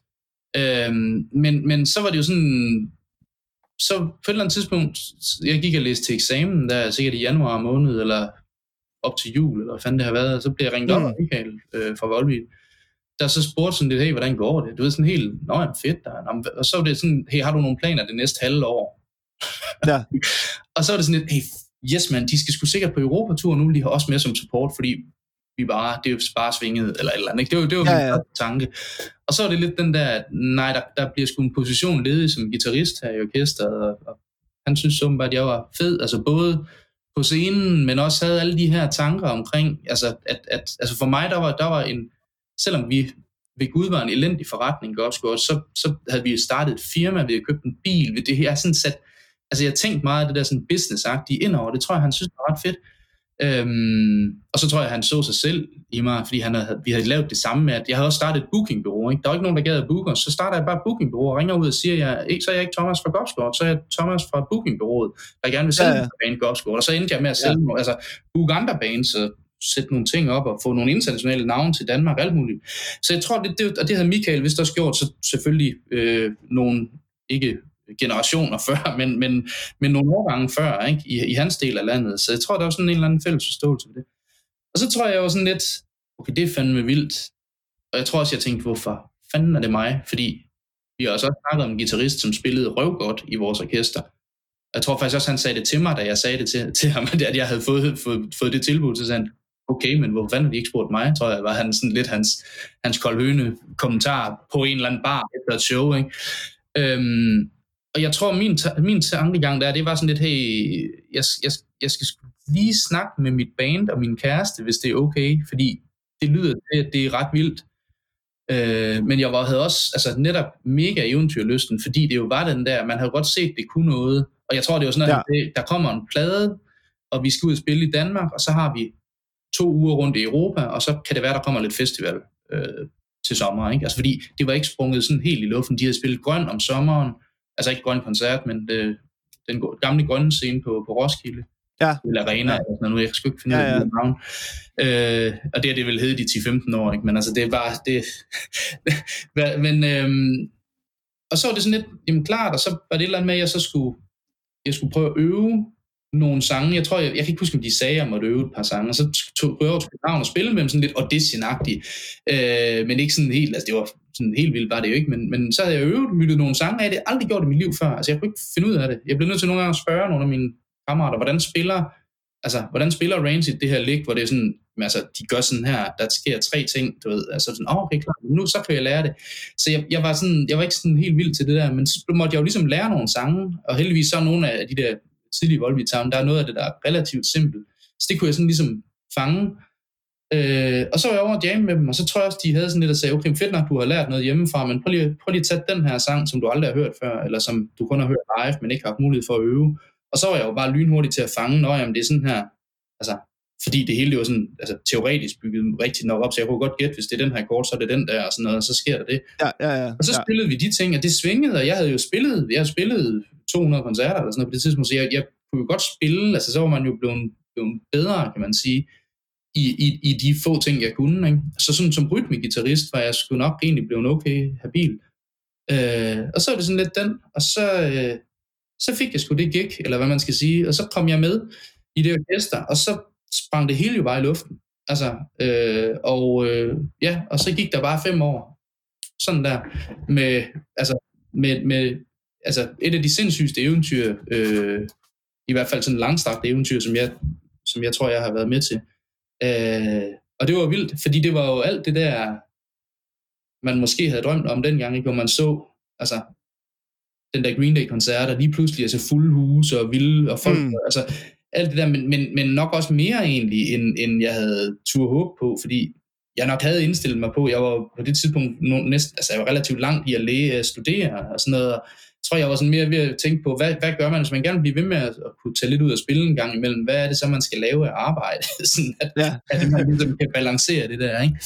Men så var det jo sådan, så på et eller andet tidspunkt, jeg gik og læste til eksamen, der sikkert i januar måned, eller op til jul, eller hvad fanden det har været, og så blev jeg ringet op af Michael fra Volbeat, der så spurgte sådan lidt, hey, hvordan går det? Du ved, sådan helt, fedt der. Og så var det sådan, hey, har du nogle planer det næste halve år? Ja. Og så var det sådan lidt, hey, yes man, de skal sgu sikkert på Europatur nu, de har også med som support, fordi det er jo bare svinget, eller et eller andet, ikke? Det var min tanke. Og så var det lidt den der, nej, der bliver sgu en position ledig som guitarist her i orkestret, og han synes åbenbart, at jeg var fed, altså både på scenen, men også havde alle de her tanker omkring, altså, altså for mig, der var en, selvom vi ved Gud var en elendig forretning, så havde vi startet et firma, vi havde købt en bil, det her sådan sat, altså jeg tænkte meget af det der sådan business-agtige indover, det tror jeg, han synes var ret fedt. Og så tror jeg, han så sig selv i mig, fordi vi havde lavet det samme med, at jeg havde også startet et bookingbureau, ikke? Der var ikke nogen, der gad at booke os, så starter jeg bare et bookingbureau og ringer ud og siger, så er jeg ikke Thomas fra Gopskort, så er jeg Thomas fra bookingbureauet, der gerne vil sælge band Gopskort, og så endte jeg med at sælge altså booke andre bands, og sætte nogle ting op og få nogle internationale navne til Danmark, alt muligt. Så jeg tror, og det havde Michael vist også gjort, så selvfølgelig nogle, ikke generationer før, men nogle årgange før, ikke? I hans del af landet. Så jeg tror, der var sådan en eller anden fælles forståelse for det. Og så tror jeg var sådan lidt, okay, det er fandme vildt. Og jeg tror også, jeg tænkte, hvorfor fanden er det mig? Fordi vi har også snakket om en guitarist, som spillede røvgodt i vores orkester. Jeg tror faktisk også, han sagde det til mig, da jeg sagde det til ham, at jeg havde fået det tilbud, så sagde han, okay, men hvorfor fanden har de ikke spurgt mig? Tror jeg, var han sådan lidt hans koldhøne kommentar på en eller anden bar efter et show, ikke? Og jeg tror, min tankegang der, det var sådan lidt, hey, jeg skal lige snakke med mit band og min kæreste, hvis det er okay, fordi det lyder til, at det er ret vildt. Men jeg havde også altså netop mega eventyrlysten, fordi det jo var den der, man havde godt set, det kunne noget. Og jeg tror, det var sådan, at der kommer en plade, og vi skal ud og spille i Danmark, og så har vi 2 uger rundt i Europa, og så kan det være, der kommer lidt festival til sommer, ikke? Altså fordi det var ikke sprunget sådan helt i luften. De havde spillet Grøn om sommeren, altså ikke Grøn koncert, men den gamle grønne scene på Roskilde. Ja. Eller Arena, eller sådan noget. Jeg skal ikke finde ud af det navn. Og det vil hedde de 10-15 år, ikke? Men altså det er bare det. Men og så var det sådan lidt, jamen klart, og så var det et eller andet med, at jeg skulle prøve at øve nogle sange. Jeg tror, jeg kan ikke huske, om de sagde, at jeg måtte øve et par sange, og så prøvede jeg at København og spille med dem sådan lidt audition-agtigt. Men ikke sådan helt, altså det var sådan helt vildt, var det jo ikke, men så havde jeg lyttet nogle sange af det. Jeg aldrig gjort det i mit liv før, altså jeg kunne ikke finde ud af det. Jeg blev nødt til nogle gange at spørge nogle af mine kammerater, hvordan spiller Rancid det her lick, hvor det er sådan, altså de gør sådan her, der sker 3 ting, du ved, altså sådan, okay, klar, nu så kan jeg lære det. Så jeg var ikke sådan helt vild til det der, men så måtte jeg jo ligesom lære nogle sange, og heldigvis så nogle af de der tidlige Volbeat Town, der er noget af det, der er relativt simpelt. Så det kunne jeg sådan ligesom fange. Og så var jeg over at jamme med dem, og så tror jeg også, de havde sådan lidt at sige, okay, fedt nok, du har lært noget hjemmefra, men prøv lige at tage den her sang, som du aldrig har hørt før, eller som du kun har hørt live, men ikke har haft mulighed for at øve. Og så var jeg jo bare lynhurtig til at fange, jamen det er sådan her, altså, fordi det hele det var sådan, altså teoretisk bygget rigtig nok op, så jeg kunne godt gætte, hvis det er den her kort, så er det den der, og sådan noget, og så sker der det. Og så spillede vi de ting, og det svingede, og jeg havde spillet 200 koncerter, eller sådan noget på det tidspunkt, så jeg kunne jo godt spille, altså så var man jo blevet bedre, kan man sige, i de få ting, jeg kunne, ikke? Så sådan som rytmegitarrist var jeg sgu nok egentlig blevet okay habil. Og så var det sådan lidt den, og så fik jeg sgu det gig, eller hvad man skal sige, og så kom jeg med i det orkester, og så sprang det hele jo bare i luften. Altså, og så gik der bare 5 år, sådan der, med et af de sindssygeste eventyr, i hvert fald sådan langstrakt eventyr, som jeg tror, jeg har været med til. Og det var vildt, fordi det var jo alt det der, man måske havde drømt om dengang, ikke? Hvor man så, altså, den der Green Day-koncert, og lige pludselig altså fulde huse og vilde, og folk, altså, alt det der, men nok også mere egentlig, end jeg havde tur håb på, fordi jeg nok havde indstillet mig på, jeg var på det tidspunkt næsten, altså jeg var relativt langt i at studere og sådan noget, og jeg tror, jeg var sådan mere ved at tænke på, hvad gør man, hvis man gerne vil blive ved med at kunne tage lidt ud og spille en gang imellem, hvad er det så, man skal lave af arbejde, sådan at man ligesom kan balancere det der, ikke?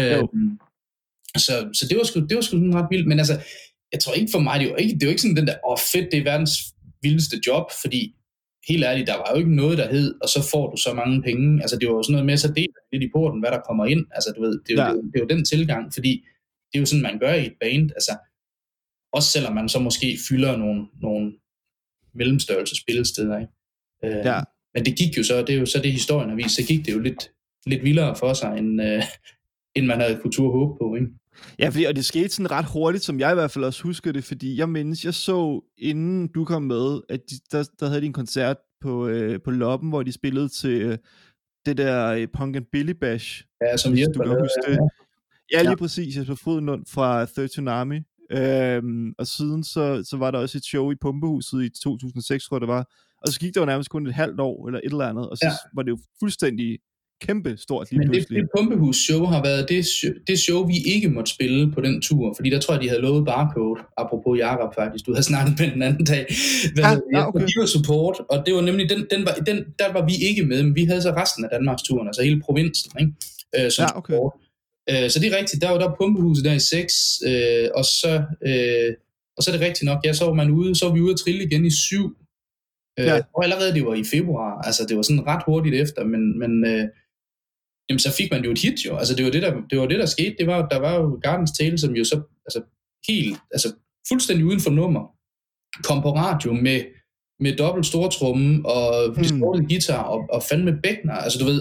Så det var sgu sådan ret vildt, men altså, jeg tror ikke for mig, det var ikke sådan den der, fedt, det er verdens vildeste job, fordi helt ærligt, der var jo ikke noget, der hed, og så får du så mange penge. Altså, det var jo sådan noget med, så deler lidt i porten, hvad der kommer ind. Altså, du ved, det er jo den tilgang, fordi det er jo sådan, man gør i et band. Altså, også selvom man så måske fylder nogle mellemstørrelse spillesteder, ikke? Men det gik jo så, det er jo så det historien har vist, så gik det jo lidt vildere for sig, end man havde kultur håb på, ikke? Ja, og det skete sådan ret hurtigt, som jeg i hvert fald også husker det, fordi jeg så, inden du kom med, at der havde de en koncert på Loppen, hvor de spillede til det der Punk and Billy Bash. Ja, som Jesper lavede. Ja, lige præcis. Jesper Frydenlund fra Third Tsunami. Og siden så var der også et show i Pumpehuset i 2006, tror jeg det var. Og så gik der jo nærmest kun et halvt år, eller et eller andet, og så var det jo fuldstændig kæmpe stort lige pludselig. Men det Pumpehus-show har været det show, vi ikke måtte spille på den tur, fordi der tror jeg, de havde lovet Barcode, apropos Jakob faktisk, du havde snakket med den anden dag. Okay. De var support, og det var nemlig, der var vi ikke med, men vi havde så resten af Danmarks turen, altså hele provinsen, ikke? Som support. Så det er rigtigt, der var der Pumpehuset der i 6, og så er det rigtigt nok, så var vi ude at trille igen i 7, og allerede det var i februar, altså det var sådan ret hurtigt efter, men jamen, så fik man jo et hit jo, altså det var det der skete, der var jo Gardens Tale, som jo så altså fuldstændig uden for nummer, kom på radio med dobbelt stortromme og distorted guitar og fandme bækner, altså du ved,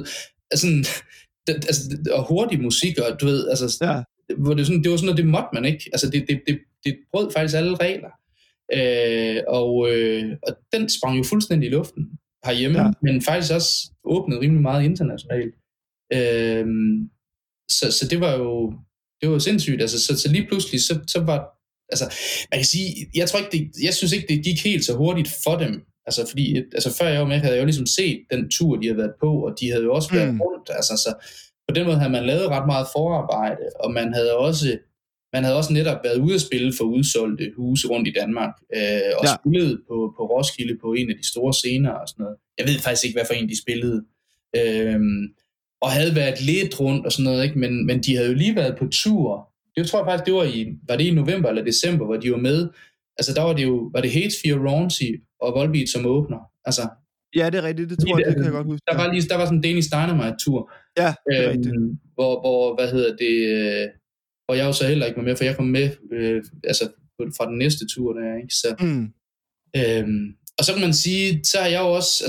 og hurtig musik, og du ved, altså, hvor det var sådan noget, det måtte man ikke, altså det brød faktisk alle regler, og den sprang jo fuldstændig i luften herhjemme, men faktisk også åbnede rimelig meget internationalt. Så det var jo sindssygt, altså så lige pludselig så var altså, man kan sige, jeg synes ikke, det gik helt så hurtigt for dem. Altså, fordi, før jeg var med, havde jeg jo ligesom set den tur, de havde været på, og de havde jo også været rundt. Altså, så på den måde havde man lavet ret meget forarbejde, og man havde også netop været ude at spille for udsolgte huse rundt i Danmark, og spillet på Roskilde på en af de store scener og sådan noget. Jeg ved faktisk ikke, hvad for en de spillede. Og havde været lidt rundt og sådan noget, ikke? Men de havde jo lige været på tur. Det tror jeg faktisk, var det i november eller december, hvor de var med. Altså der var det Hatesphere, Raunchy og Volbeat som åbner. Altså, ja, det er rigtigt, det tror jeg, det kan jeg godt huske. Der var sådan en Danish Dynamite-tur. Ja, det er rigtigt. Hvor jeg jo så heller ikke var med, for jeg kom med fra den næste tur der, ikke? Så, og så kan man sige, så er jeg jo også,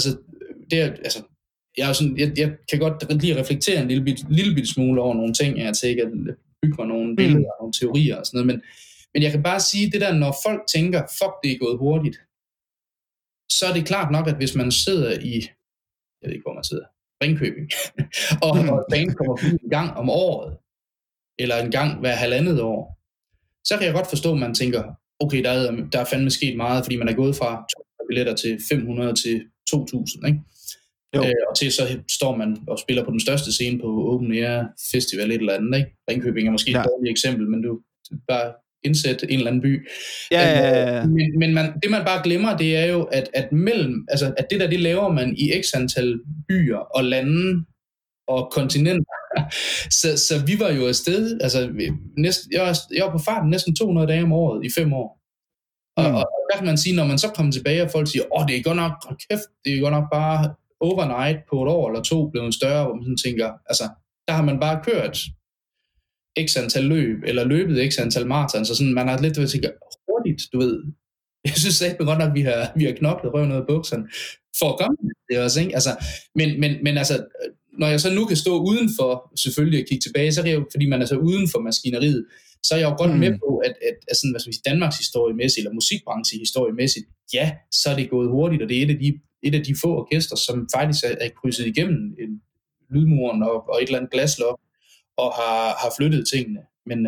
jeg kan godt lige reflektere en lille bitte smule over nogle ting, jeg tænker at bygge mig nogle billeder og nogle teorier og sådan noget, men jeg kan bare sige, det der, når folk tænker, fuck, det er gået hurtigt, så er det klart nok, at hvis man sidder i, jeg ved ikke, hvor man sidder, Ringkøbing, og banen kommer en gang om året, eller en gang hver halvandet år, så kan jeg godt forstå, at man tænker, okay, der er fandme sket meget, fordi man er gået fra 200 billetter til 500 til 2.000, ikke? Og til så står man og spiller på den største scene på Open Air Festival et eller andet, ikke? Ringkøbing er måske et dårligt eksempel, men du bare indsæt en eller anden by. Ja. Men det man bare glemmer, det er jo, at at det der, det laver man i x antal byer og lande og kontinenter. så vi var jo afsted, jeg var på farten næsten 200 dage om året i 5 år. Og der kan man sige, når man så kommer tilbage, og folk siger, det er godt nok, det er godt nok bare overnight på et år eller 2 blevet større, hvor man sådan tænker, der har man bare kørt x antal løb, eller løbet x antal maraton, så sådan, man har lidt ved at tænke, hurtigt, du ved. Jeg synes ikke godt nok, vi har knoklet røven ud af bukserne, for at komme det også, ikke? Men når jeg så nu kan stå udenfor, selvfølgelig at kigge tilbage, så er det jo, fordi man er så uden for maskineriet, så er jeg jo godt med på, at sådan, hvad skal vi sige, Danmarks historiemæssigt, eller musikbranchehistoriemæssigt, ja, så er det gået hurtigt, og det er et af de få orkester, som faktisk er krydset igennem lydmuren og et eller andet glasloft, og har flyttet tingene. Men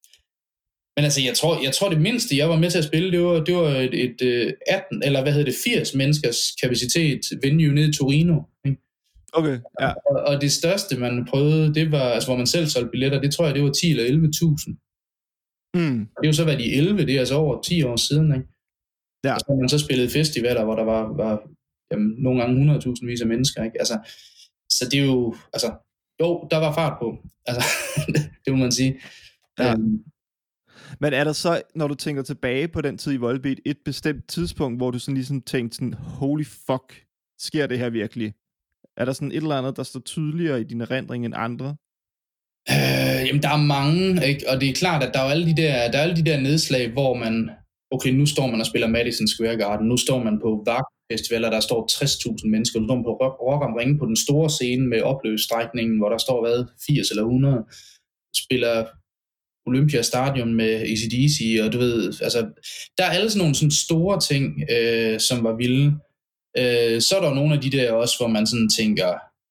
jeg tror det mindste, jeg var med til at spille, det var et 80 menneskers kapacitet venue nede i Torino, ikke? Okay, ja. Og det største, man prøvede, det var, hvor man selv solgte billetter, det tror jeg, det var 10 eller 11.000. Det er jo så, hvad de 11, det er altså over 10 år siden, ikke? Ja. Og så har man så spillet festivaler, hvor der var nogle gange 100.000 vis af mennesker, ikke? Så det er jo, jo, der var fart på. Det må man sige. Ja. Men er der så, når du tænker tilbage på den tid i Volbeat, et bestemt tidspunkt, hvor du sådan ligesom tænkte sådan, holy fuck, sker det her virkelig? Er der sådan et eller andet, der står tydeligere i din erindring end andre? Jamen, der er mange, ikke? Og det er klart, at der er alle de der nedslag, hvor man, okay, nu står man og spiller Madison Square Garden, nu står man på Festivaler, der står 60.000 mennesker, nu står man på Rock am Ring på den store scene med opløbsstrækningen, hvor der står 80 eller 100, spiller Olympia Stadion med AC/DC, og du ved, der er alle sådan nogle sådan store ting, som var vilde. Så er der nogle af de der også, hvor man sådan tænker,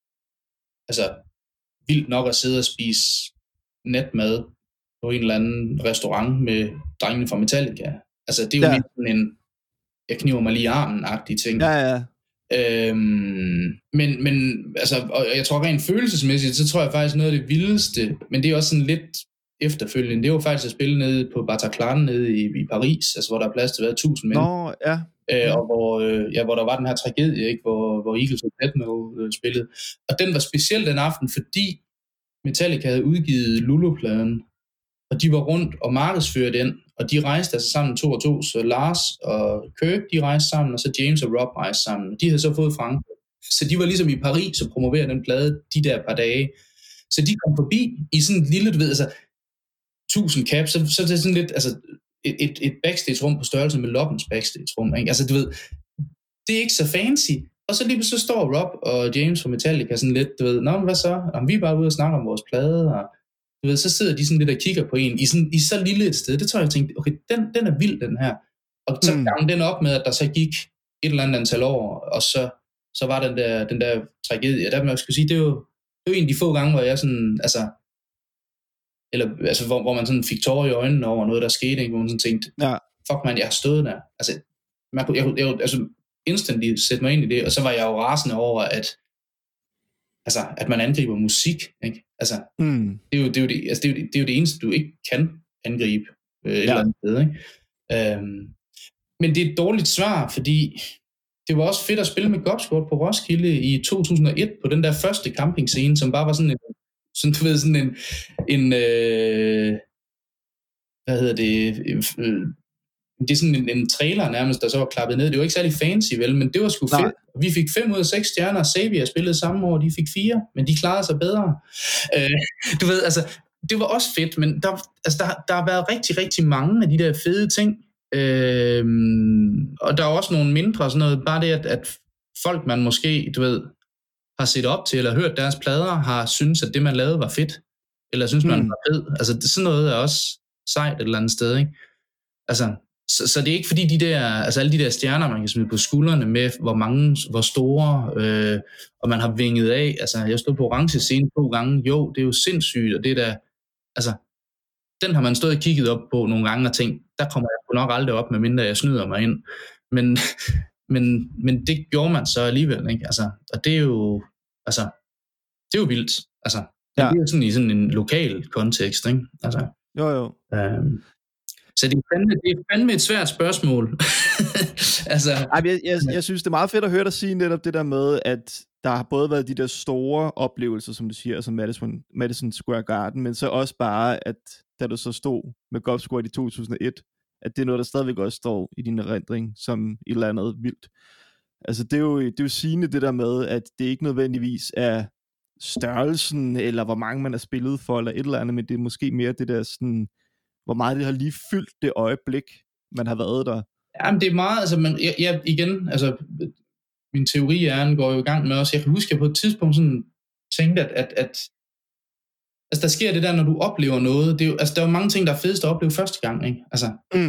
vildt nok at sidde og spise natmad på en eller anden restaurant med drengene fra Metallica. Det er jo lidt sådan en, jeg kniver mig lige i armen-agtig ting. Ja. Men og jeg tror rent følelsesmæssigt, så tror jeg faktisk noget af det vildeste, men det er også sådan lidt efterfølgende, det var faktisk at spille nede på Bataclan nede i Paris, hvor der er plads til 1.000 mennesker. Ja. Og hvor der var den her tragedie, ikke? Hvor Eagles of Death Metal spillede. Og den var speciel den aften, fordi Metallica havde udgivet Lulu-pladen, og de var rundt og markedsførte den, og de rejste altså sammen 2 og 2, så Lars og Kirk, de rejste sammen, og så James og Rob rejste sammen. De havde så fået Frankrig. Så de var ligesom i Paris og promoverede den plade de der par dage. Så de kom forbi i sådan et lille, du ved, 1000 caps, så det er sådan lidt, et backstage-rum på størrelse med Loppens backstage-rum, ikke? Du ved, det er ikke så fancy. Og så lige så står Rob og James fra Metallica sådan lidt, du ved, nå, hvad så? Jamen, vi er bare ude og snakke om vores plade, og du ved, så sidder de sådan lidt og kigger på en i så lille et sted. Det tror jeg tænkte, okay, den er vild, den her. Og så gang den op med, at der så gik et eller andet antal år, og så var den der tragedie. Der må jeg skulle sige, det er jo en af de få gange, hvor jeg sådan, eller altså, hvor man sådan fik tårer i øjnene over noget, der skete, ikke? Hvor man sådan tænkte, fuck man, jeg har stået der. Altså, jeg kunne altså instantly sætte mig ind i det, og så var jeg jo rasende over, at man angriber musik, ikke? Altså, det er jo det eneste, du ikke kan angribe et eller andet sted, ikke? Men det er et dårligt svar, fordi det var også fedt at spille med Gopsquad på Roskilde i 2001 på den der første campingscene, som bare var sådan en hvad hedder det, det er sådan en trailer nærmest, der så var klappet ned. Det var ikke særlig fancy, vel, men det var sgu fedt. Vi fik 5 ud af 6 stjerner, Xavier spillede samme år, de fik 4, men de klarede sig bedre. Du ved, altså, det var også fedt, men der har været rigtig, rigtig mange af de der fede ting, og der er også nogle mindre, sådan noget, bare det, at folk, man måske, du ved, har set op til, eller hørt deres plader, har synes at det, man lavede, var fedt, eller synes, man var fed. Altså, sådan noget er også sejt et eller andet sted, ikke? Altså, så det er ikke fordi alle de der stjerner, man kan smide på skuldrene med, hvor store, og man har vinget af. Altså, jeg stod på orange scene 2 gange. Jo, det er jo sindssygt, og det der, altså, den har man stået og kigget op på nogle gange og tænkt, der kommer jeg nok aldrig op, medmindre jeg snyder mig ind. Men det gjorde man så alligevel, ikke? Altså, og det er jo, altså, det er jo vildt. Altså, det er jo sådan i sådan en lokal kontekst, ikke? Altså, jo. Så det er fandme et svært spørgsmål. Altså, jeg synes, det er meget fedt at høre dig sige netop det der med, at der har både været de der store oplevelser, som du siger, som Madison Square Garden, men så også bare, at da du så stod med Gopsquad i 2001, at det er noget, der stadigvæk også står i din erindring som et eller andet vildt. Altså, det er jo sigende det der med, at det ikke nødvendigvis er størrelsen, eller hvor mange man har spillet for, eller et eller andet, men det er måske mere det der sådan, hvor meget det har lige fyldt det øjeblik, man har været der. Jamen, det er meget, altså, igen, altså, min teori går jo i gang med også, jeg kan huske, at jeg på et tidspunkt sådan tænkte, at altså, der sker det der, når du oplever noget, det er jo, altså, der er jo mange ting, der er fedest at opleve første gang, ikke? Altså,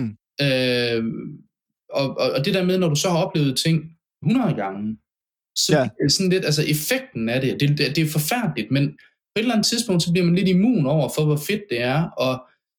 og det der med, når du så har oplevet ting 100 gange, så sådan lidt, altså effekten af det er forfærdeligt, men på et eller andet tidspunkt, så bliver man lidt immun over for, hvor fedt det er, og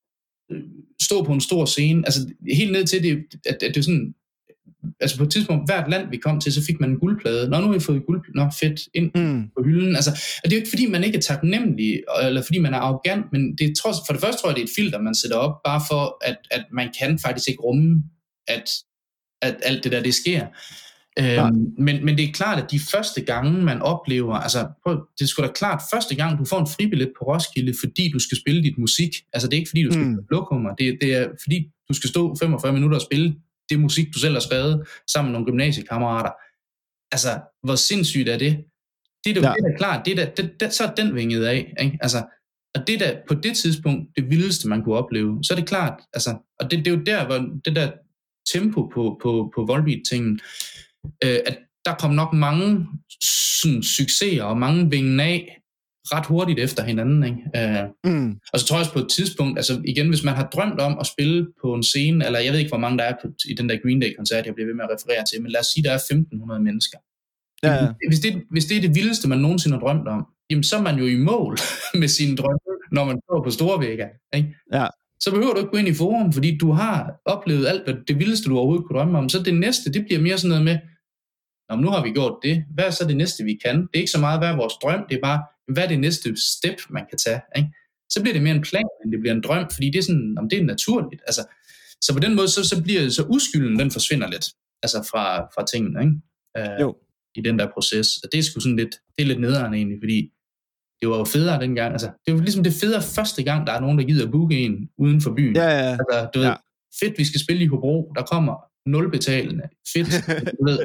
stå på en stor scene, altså helt ned til det, at det er sådan, altså på et tidspunkt, hvert land vi kom til, så fik man en guldplade. Nå, nu har vi fået guldplade, fedt, ind på hylden. Altså, og det er jo ikke fordi, man ikke er taknemmelig, eller fordi man er arrogant, men det er for det første tror jeg, det er et filter, man sætter op, bare for, at man kan faktisk ikke rumme, at alt det der, det sker. Men det er klart, at de første gange, man oplever, altså det er sgu da klart, første gang, du får en fribillet på Roskilde, fordi du skal spille dit musik, altså det er ikke fordi, du skal spille lokummer, det er fordi, du skal stå 45 minutter og spille det musik, du selv har skrevet, sammen med nogle gymnasiekammerater. Altså, hvor sindssygt er det? Det er da klart, så er den vinget af, ikke? Altså, og det der, på det tidspunkt, det vildeste, man kunne opleve, så er det klart, altså, og det er jo der, hvor det der tempo på Volbeat-tingen, at der kom nok mange sådan, succeser og mange vingen af ret hurtigt efter hinanden, ikke? Og så tror jeg også på et tidspunkt, altså igen, hvis man har drømt om at spille på en scene, eller jeg ved ikke, hvor mange der er i den der Green Day-koncert, jeg bliver ved med at referere til, men lad os sige, der er 1.500 mennesker. Ja. Hvis det er det vildeste, man nogensinde har drømt om, jamen så er man jo i mål med sine drømme, når man står på Storvega, ikke? Ja. Så behøver du ikke gå ind i forum, fordi du har oplevet alt, det vildeste, du overhovedet kunne drømme om. Så det næste, det bliver mere sådan noget med, nu har vi gjort det, hvad er så det næste, vi kan? Det er ikke så meget, hvad er vores drøm, det er bare, hvad er det næste step, man kan tage, ikke? Så bliver det mere en plan, end det bliver en drøm, fordi det er sådan, det er naturligt. Altså, så på den måde, så bliver så uskylden, den forsvinder lidt, altså fra tingene, ikke? I den der proces. Og det er sgu sådan lidt, det er lidt nederen egentlig, fordi det var jo federe dengang, altså, det var ligesom det federe første gang, der er nogen, der gider at booke en uden for byen. Altså, du ved, fedt, vi skal spille i Hobro, der kommer 0 betalende. Fedt. Ved,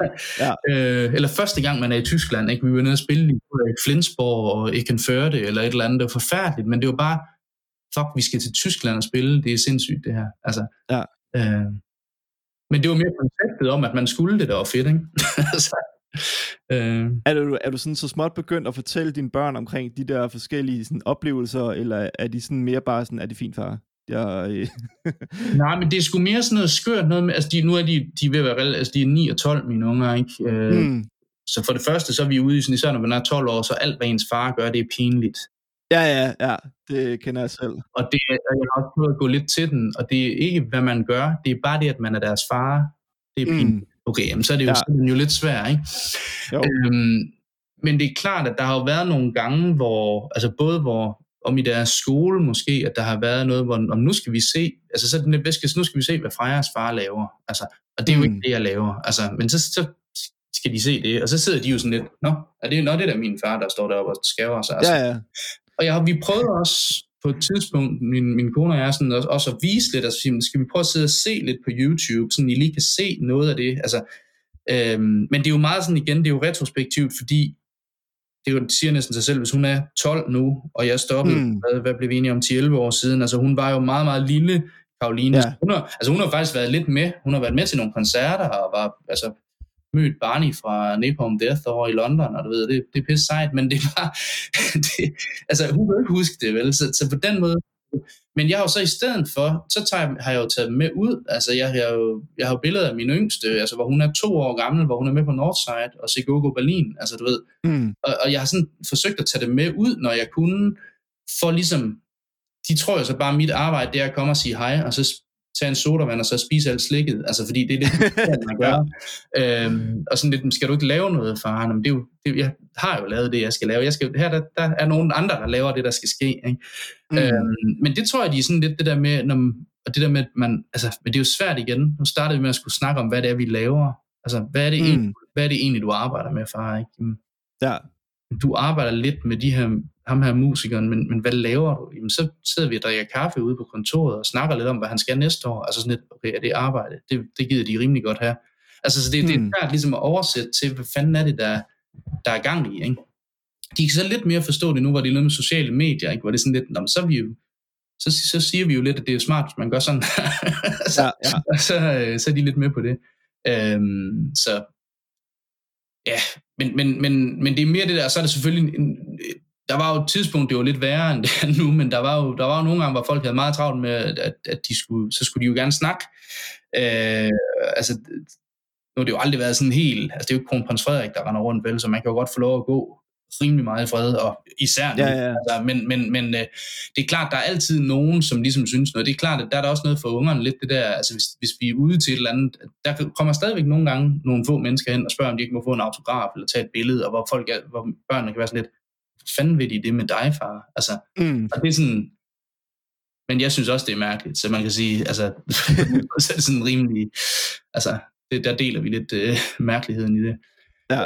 eller første gang, man er i Tyskland, ikke? Vi var nede og spille i Flensborg og Ekenförde eller et eller andet. Det var forfærdeligt, men det var bare, fuck, vi skal til Tyskland og spille. Det er sindssygt, det her. Altså, men det var mere konceptet om, at man skulle det, der var fedt, ikke? Altså, er du sådan så småt begyndt at fortælle dine børn omkring de der forskellige sådan, oplevelser, eller er de sådan mere bare sådan, er det fint, far? Nej, men det er sgu mere sådan noget skørt noget med, altså nu er de ved at være altså de er 9 og 12, mine unger, ikke? Så for det første, så er vi ude i sådan, især når man er 12 år, så alt hvad ens far gør, det er pinligt. Ja, det kender jeg selv. Og jeg har også prøvet at gå lidt til den, og det er ikke, hvad man gør, det er bare det, at man er deres far. Det er pinligt. Okay, jamen, så er det jo, så er det jo lidt svært, ikke? Men det er klart, at der har jo været nogle gange, hvor, altså både hvor, om i deres skole måske, at der har været noget, hvor om nu skal vi se, altså så nu skal vi se, hvad Frejas far laver. Altså, og det er jo ikke det, jeg laver. Altså, men så skal de se det, og så sidder de jo sådan lidt, det er der min far, der står deroppe og skæver sig. Altså. Ja. Og vi prøvede også på et tidspunkt, min kone og jeg, sådan, også at vise lidt, altså, skal vi prøve at sidde og se lidt på YouTube, så I lige kan se noget af det. Altså, men det er jo meget sådan igen, det er jo retrospektivt, fordi det siger næsten sig selv, hvis hun er 12 nu, og jeg stoppede, hvad blev vi enige om, 10-11 år siden, altså hun var jo meget, meget lille, Karoline. Ja. Hun har faktisk været lidt med, hun har været med til nogle koncerter, og var altså mødt Barney fra Napalm Death over i London, og du ved, det er pisse sejt, men det er bare, altså hun kan ikke huske det, vel, så på den måde, men jeg har jo så i stedet for, har jeg jo taget dem med ud, altså jeg har jo billeder af min yngste, altså hvor hun er 2 år gammel, hvor hun er med på Northside og Segogo Berlin, altså du ved, og jeg har sådan forsøgt at tage dem med ud, når jeg kunne, for ligesom, de tror jo så bare, mit arbejde, det er at komme og sige hej, og så tage en sodavand, og så spise alt slikket, altså fordi det er lidt, man gør. Og sådan lidt, skal du ikke lave noget, far? Men jeg har jo lavet det, jeg skal lave. Der er nogen andre, der laver det, der skal ske. Ikke? Men det tror jeg, de er sådan lidt det der med, og det der med, man, altså, men det er jo svært igen. Nu startede vi med at skulle snakke om, hvad det er, vi laver. Altså, hvad er det egentlig, du arbejder med, far? Ikke? Ja. Du arbejder lidt med ham her musikeren, men hvad laver du? Jamen, så sidder vi og drikker kaffe ude på kontoret og snakker lidt om, hvad han skal næste år. Altså sådan lidt, okay, er det arbejde? Det gider de rimelig godt her. Altså, så det er svært ligesom at oversætte til, hvad fanden er det, der er gang i, ikke? De kan så lidt mere forstå det nu, hvor det er noget med sociale medier, ikke? Hvor det er sådan lidt, så siger vi jo lidt, at det er smart, hvis man gør sådan. Så er de lidt med på det. Så ja, men det er mere det der, så er det selvfølgelig, der var jo et tidspunkt, det var lidt værre end det er nu, men der var jo nogle gange, hvor folk havde meget travlt med, at så skulle de jo gerne snakke. Altså, nu har det jo aldrig været sådan helt, altså det er jo ikke kronprins Frederik, der render rundt, vel, så man kan jo godt få lov at gå rimelig meget i fred, og især nu. Ja. Altså, men det er klart, der er altid nogen, som ligesom synes noget. Det er klart, at der er der også noget for ungerne lidt det der, altså hvis vi er ude til et eller andet, der kommer stadigvæk nogle gange nogle få mennesker hen og spørger, om de ikke må få en autograf eller tage et billede, og hvor børnene kan være sådan lidt, fanden ved de det med dig, far? Altså, og det er sådan, men jeg synes også, det er mærkeligt, så man kan sige, altså, så er det sådan rimelig, altså, der deler vi lidt mærkeligheden i det. Ja.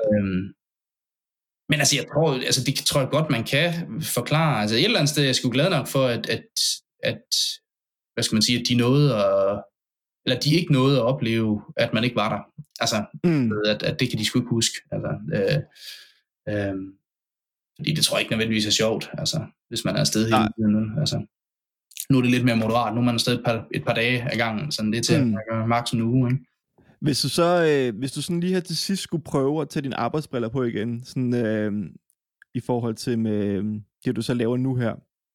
Men altså, det tror jeg godt, man kan forklare. Altså, et eller andet sted, jeg skulle glad nok for, at hvad skal man sige, at de nåede eller de ikke nåede at opleve, at man ikke var der. Altså, at det kan de sgu ikke huske. Altså, fordi det tror jeg ikke nødvendigvis er sjovt, altså, hvis man er afsted hele tiden. Altså, nu er det lidt mere moderat. Nu er man afsted et par dage ad gangen, sådan det til at gøre maks en uge, ikke? Hvis du sådan lige her til sidst skulle prøve at tage dine arbejdsbriller på igen, sådan i forhold til med det du så laver nu her,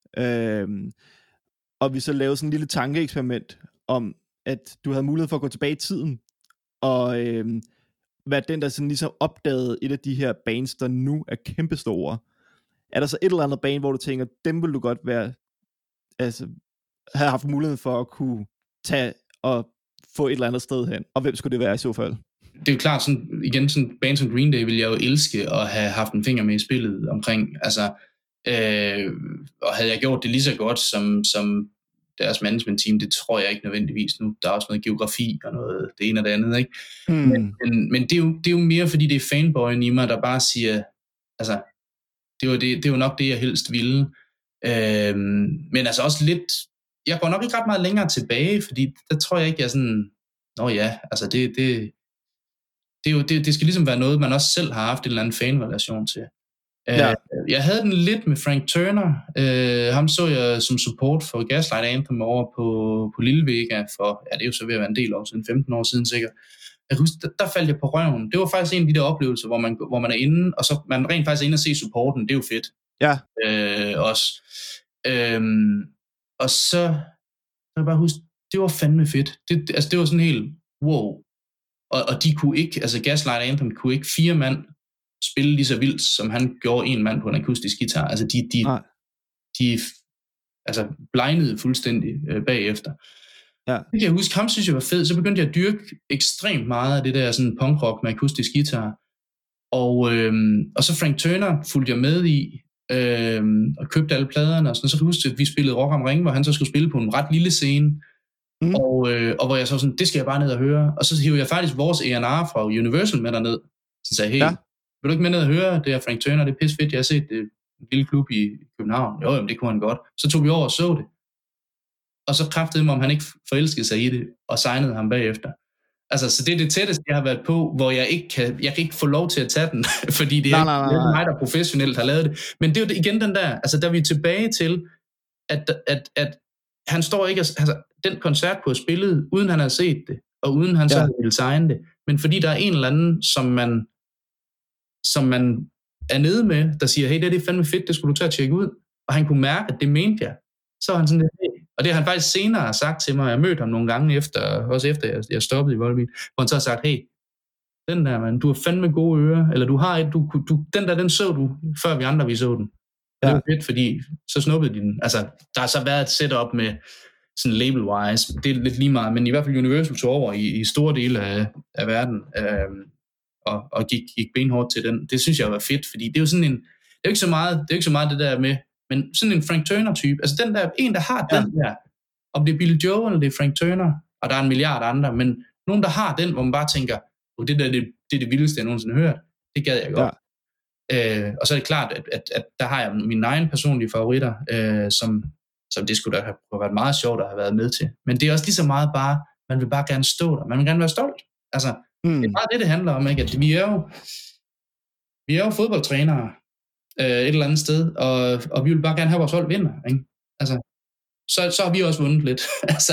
og vi så lavede sådan en lille tankeeksperiment om, at du havde mulighed for at gå tilbage i tiden, og være den, der sådan ligesom opdagede et af de her bands, der nu er kæmpestore. Er der så et eller andet band, hvor du tænker, dem vil du godt være, altså have haft mulighed for at kunne tage og få et eller andet sted hen, og hvem skulle det være i så fald? Det er jo klart, sådan, igen, sådan band som Green Day ville jeg jo elske at have haft en finger med i spillet omkring, altså, og havde jeg gjort det lige så godt som deres management team, det tror jeg ikke nødvendigvis nu. Der er også noget geografi og noget det ene og det andet, ikke? Men det er jo mere, fordi det er fanboyen i mig, der bare siger, altså, det er jo nok det, jeg helst ville. Men altså også lidt, jeg går nok ikke ret meget længere tilbage, fordi der tror jeg ikke, jeg er sådan, altså det skal ligesom være noget, man også selv har haft en eller anden fanrelation til. Jeg havde den lidt med Frank Turner. Ham så jeg som support for Gaslight Anthem over på Lille Vega for, det er jo så ved at være en del år siden, 15 år siden sikkert. Jeg husker, der faldt jeg på røven. Det var faktisk en af de der oplevelser, hvor man er inde, og så man rent faktisk er inde og se supporten. Det er jo fedt. Ja. Også. Og så jeg bare huske, det var fandme fedt. Det var sådan helt, wow. Og de kunne ikke, altså Gaslight Anthem kunne ikke 4 mand spille lige så vildt, som han gjorde 1 mand på en akustisk guitar. Altså de altså blindede fuldstændig bagefter. Ja. Det kan jeg huske, ham synes jeg var fed, så begyndte jeg at dyrke ekstremt meget af det der sådan punkrock med akustisk guitar. Og så Frank Turner fulgte jeg med i, og købte alle pladerne, og sådan, så kan jeg huske, at vi spillede Rock am Ring, hvor han så skulle spille på en ret lille scene, og hvor jeg så sådan, det skal jeg bare ned og høre, og så hiver jeg faktisk vores A&R fra Universal med derned, så sagde jeg, hey, vil du ikke med ned og høre det her Frank Turner, det er pisse fedt, jeg har set det en lille klub i København, jo, jamen, det kunne han godt, så tog vi over og så det, og så kræftede mig, om han ikke forelskede sig i det, og signede ham bagefter. Altså, så det er det tætteste, jeg har været på, hvor jeg kan ikke få lov til at tage den, fordi det er ikke mig, der professionelt har lavet det. Men det er jo igen den der, altså der er vi tilbage til, at han står ikke, altså den koncert på spillet, uden han har set det, og uden han så vil signe det, men fordi der er en eller anden, som man er nede med, der siger, hey, det er fandme fedt, det skulle du tage at tjekke ud, og han kunne mærke, at det mente jeg, så er han sådan lidt, og det har han faktisk senere sagt til mig, jeg har mødt ham nogle gange også efter jeg stoppede i Volbeat, hvor han så har sagt, hey, den der mand, du har fandme gode ører, eller du har den så du, før vi andre vi så den. Det var fedt, fordi så snuppede de den. Altså, der har så været et setup med sådan label-wise, det er lidt lige meget, men i hvert fald Universal tog over i store dele af verden, og gik benhårdt til den. Det synes jeg var fedt, fordi det er jo sådan en, det er ikke så meget det der med, men sådan en Frank Turner-type, altså den der, en der har den der, om det er Billy Joel eller det er Frank Turner, og der er en milliard andre, men nogen der har den, hvor man bare tænker, det der, det er det vildeste, jeg nogensinde har hørt, det gad jeg godt. Og så er det klart, at der har jeg mine egne personlige favoritter, som det skulle da have været meget sjovt at have været med til. Men det er også lige så meget bare, man vil bare gerne stå der, man vil gerne være stolt. Altså, det er bare det handler om, ikke? At vi er jo fodboldtrænere, et eller andet sted, og vi vil bare gerne have vores hold vinder, ikke? Altså, så har vi også vundet lidt. Altså,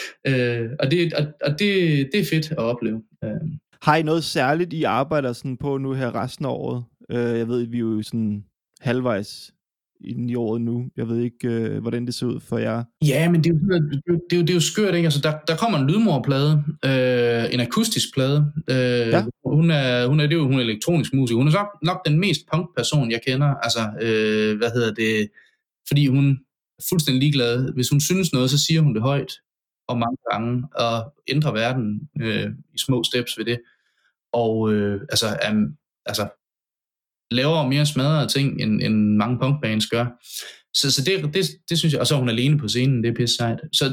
og det er fedt at opleve. Har I noget særligt, I arbejder sådan på nu her resten af året? Jeg ved, vi er jo sådan halvvejs i året nu. Jeg ved ikke, hvordan det ser ud for jer. Ja, men det er jo skørt, ikke? Altså, der kommer en lydmorplade, en akustisk plade. Hun er elektronisk musiker. Hun er nok den mest punk-person, jeg kender. Altså, fordi hun er fuldstændig ligeglad. Hvis hun synes noget, så siger hun det højt og mange gange, og ændrer verden i små steps ved det. Og laver mere smadrede ting, end mange punkbands gør. Så det synes jeg, og så er hun alene på scenen, det er pisse sejt. Så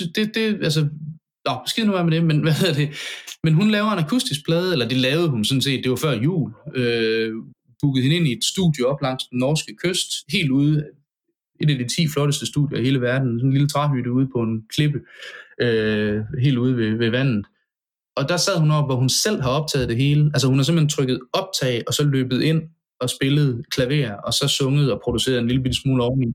skid nu med det, men men hun laver en akustisk plade, eller det lavede hun sådan set, det var før jul, bookede hende ind i et studie op langs den norske kyst, helt ude, et af de 10 flotteste studier i hele verden, sådan en lille træhytte ude på en klippe, helt ude ved vandet. Og der sad hun op, hvor hun selv har optaget det hele. Altså hun har simpelthen trykket optag, og så løbet ind og spillet klaver, og så sunget og produceret en lille bitte smule oveni.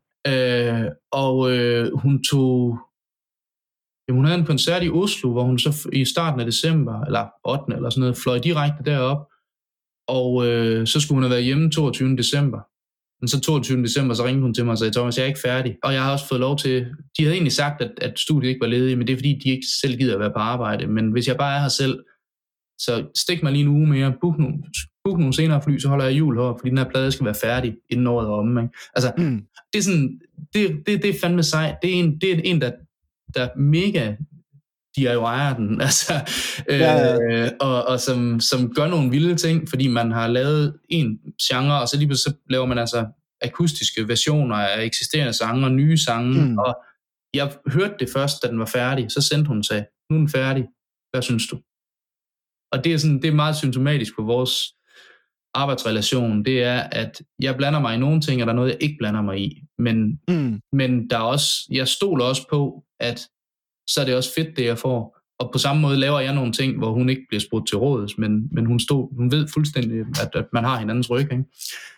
Hun havde en koncert i Oslo, hvor hun så i starten af december, eller 8. eller sådan noget, fløj direkte derop, og så skulle hun have været hjemme 22. december. Men så 22. december, så ringede hun til mig og sagde, Thomas, jeg er ikke færdig. Og jeg har også fået lov til, de havde egentlig sagt, at studiet ikke var ledigt, men det er fordi, de ikke selv gider at være på arbejde. Men hvis jeg bare er her selv, så stik mig lige en uge mere, book nogle senere fly, så holder jeg jul her, fordi den her plade skal være færdig, inden året er omme. Ikke? Altså, det er sådan, det er fandme sejt. Det er en der mega DIY'er den, altså, og som gør nogle vilde ting, fordi man har lavet en genre, og så lige så laver man altså akustiske versioner af eksisterende sange og nye sange, og jeg hørte det først, da den var færdig, så sendte hun sig, nu er den færdig, hvad synes du? Og det er meget symptomatisk for vores arbejdsrelation, det er, at jeg blander mig i nogle ting, og der er noget, jeg ikke blander mig i, men der er også, jeg stoler også på, at så er det også fedt, det jeg får. Og på samme måde laver jeg nogle ting, hvor hun ikke bliver spurgt til råds, men hun ved fuldstændig, at man har hinandens ryg. Ikke?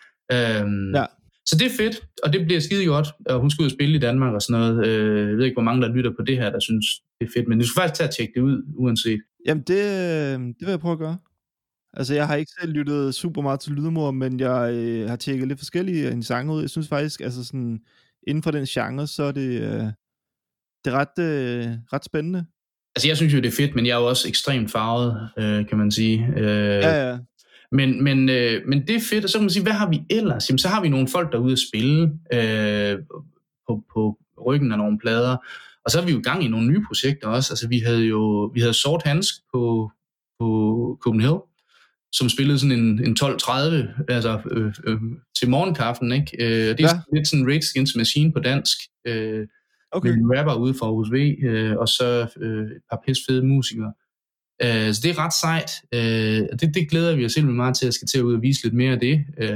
Så det er fedt, og det bliver skide godt, og hun skal ud og spille i Danmark og sådan noget. Jeg ved ikke, hvor mange der lytter på det her, der synes, det er fedt, men du skal faktisk tage at tjekke det ud, uanset. Jamen, det vil jeg prøve at gøre. Altså, jeg har ikke selv lyttet super meget til lydmor, men jeg har tjekket lidt forskellige sange ud. Jeg synes faktisk, altså sådan, inden for den genre, så er det er ret spændende. Altså, jeg synes jo, det er fedt, men jeg er jo også ekstremt farvet, kan man sige. Ja. Men det er fedt, og så kan man sige, hvad har vi ellers? Jamen, så har vi nogle folk, der er ude at spille. på ryggen af nogle plader. Og så er vi jo i gang i nogle nye projekter også. Altså vi havde Sort Handsk på Copenhagen, som spillede sådan en 12:30, altså til morgenkaffen, ikke? Det er lidt sådan Rage Against the Machine på dansk. Okay. Med en rapper ude fra Aarhus V, og så et par fede musikere. Så det er ret sejt. Det glæder vi os simpelthen meget til, at jeg skal til at ud og vise lidt mere af det.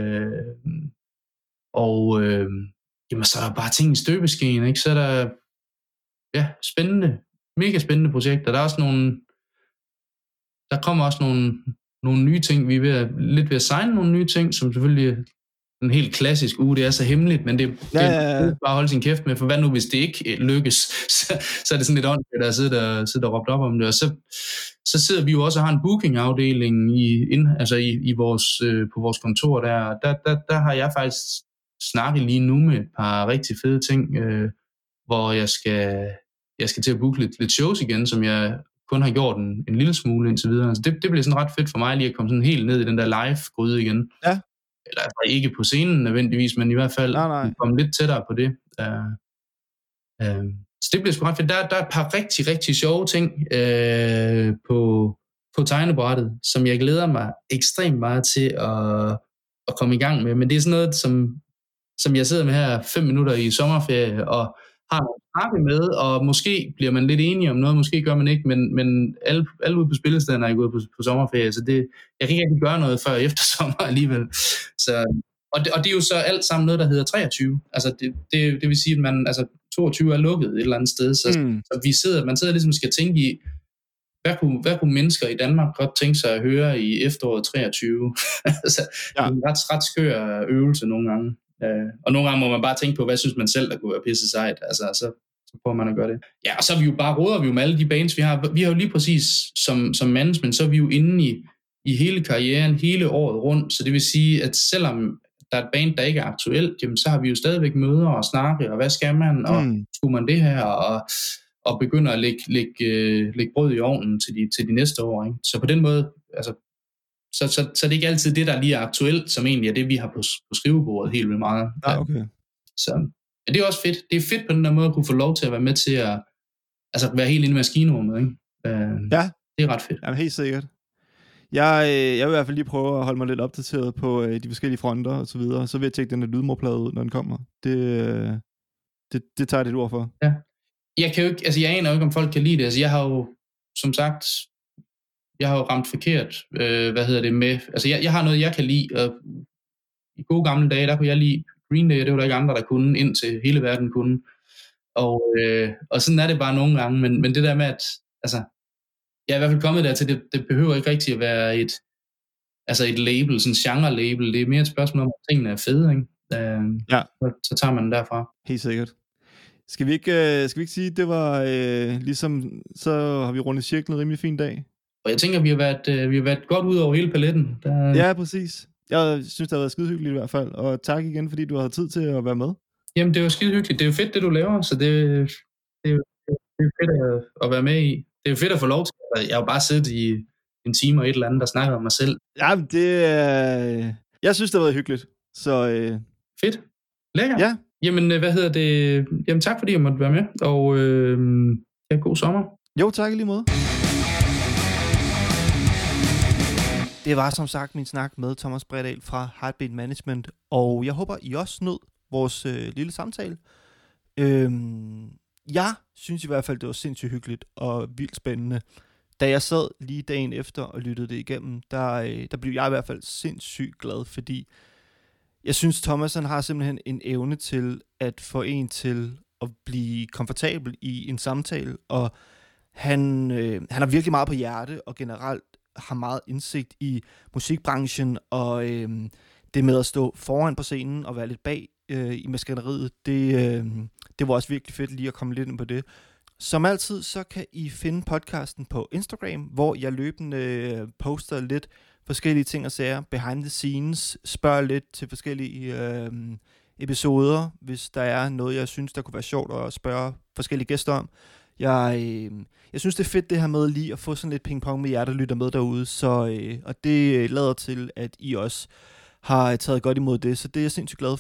Jamen, så er der bare ting i støbeskeen, ikke? Så er der mega spændende projekter. Der kommer også nogle nye ting. Vi er lidt ved at signe nogle nye ting, som selvfølgelig en helt klassisk det er så hemmeligt, men det er bare at holde sin kæft med, for hvad nu, hvis det ikke lykkes, så er det sådan lidt åndssvagt, der sidder og råbt op om det. Og så sidder vi jo også og har en bookingafdeling på vores kontor der har jeg faktisk snakket lige nu med et par rigtig fede ting, hvor jeg skal til at booke lidt shows igen, som jeg kun har gjort en lille smule indtil videre. Altså det bliver sådan ret fedt for mig lige at komme sådan helt ned i den der live-gryde igen. Ja. Eller altså ikke på scenen nødvendigvis, men i hvert fald komme lidt tættere på det. Så det bliver sgu ret fedt. Der er et par rigtig, rigtig sjove ting på tegnebrættet, som jeg glæder mig ekstremt meget til at komme i gang med. Men det er sådan noget, som jeg sidder med her 5 minutter i sommerferie, og har snakke med, og måske bliver man lidt enige om noget, måske gør man ikke, men alle ude på spillestedet er gået på sommerferie, så jeg kan ikke rigtig gøre noget før efter sommer alligevel. Så, og det er jo så alt sammen noget, der hedder 23. Altså det vil sige, at man, altså 22 er lukket et eller andet sted, så man sidder ligesom og skal tænke i, hvad kunne mennesker i Danmark godt tænke sig at høre i efteråret 23? Altså, det er en ret skør øvelse nogle gange. Og nogle gange må man bare tænke på, hvad synes man selv, der kunne være pisse sejt. Altså, så prøver man at gøre det. Ja, og så er vi jo bare råder med alle de bands, vi har. Vi har jo lige præcis som management, så er vi jo inde i hele karrieren, hele året rundt. Så det vil sige, at selvom der er et band, der ikke er aktuelt, jamen, så har vi jo stadigvæk møder og snakke, og hvad skal man, og skulle man det her, og begynder at lægge brød i ovnen til de næste år. Ikke? Så på den måde, altså, så det er ikke altid det, der lige er aktuelt, som egentlig er det, vi har på skrivebordet helt vildt meget. Ja, okay. Så det er også fedt. Det er fedt på den der måde at kunne få lov til at være med til at være helt inde i maskinrummet. Ikke? Det er ret fedt. Jamen, helt sikkert. Jeg vil i hvert fald lige prøve at holde mig lidt opdateret på de forskellige fronter og så videre. Så vil jeg tjekke den der lydmorplade ud, når den kommer. Det tager jeg dit ord for. Ja. Jeg aner jo ikke, om folk kan lide det. Altså, jeg har jo, som sagt, ramt forkert, med. Altså, jeg har noget, jeg kan lide, og i gode gamle dage, der kunne jeg lide Green Day, det var der ikke andre, der kunne, indtil hele verden kunne. Og sådan er det bare nogle gange, men det der med, at altså, jeg er i hvert fald kommet dertil, det behøver ikke rigtig at være et label, sådan en genre-label, det er mere et spørgsmål om, at tingene er fede, ikke? Så tager man den derfra. Helt sikkert. Skal vi ikke sige, det var ligesom, så har vi rundet cirklen en rimelig fin dag? Og jeg tænker, vi har været godt ud over hele paletten. Ja, præcis. Jeg synes, det har været skidehyggeligt i hvert fald. Og tak igen, fordi du har tid til at være med. Jamen, det var skidehyggeligt. Det er jo fedt, det du laver, så det er fedt at være med i. Det er jo fedt at få lov til. Jeg har jo bare siddet i en time og et eller andet, der snakker om mig selv. Jamen, jeg synes, det har været hyggeligt. Så fedt. Lækkert. Ja. Jamen, Jamen, tak fordi jeg måtte være med. Og god sommer. Jo, tak i lige måde. Det var som sagt min snak med Thomas Bredahl fra Heartbeat Management, og jeg håber, I også nød vores lille samtale. Jeg synes i hvert fald, det var sindssygt hyggeligt og vildt spændende. Da jeg sad lige dagen efter og lyttede det igennem, der blev jeg i hvert fald sindssygt glad, fordi jeg synes, Thomas han har simpelthen en evne til at få en til at blive komfortabel i en samtale, og han har virkelig meget på hjerte, og generelt har meget indsigt i musikbranchen, og det med at stå foran på scenen og være lidt bag i maskineriet, det var også virkelig fedt lige at komme lidt ind på det. Som altid, så kan I finde podcasten på Instagram, hvor jeg løbende poster lidt forskellige ting og sager, behind the scenes, spørger lidt til forskellige episoder, hvis der er noget, jeg synes, der kunne være sjovt at spørge forskellige gæster om. Jeg synes, det er fedt det her med lige at få sådan lidt ping-pong med jer, der lytter med derude, og det lader til, at I også har taget godt imod det, så det er jeg sindssygt glad for.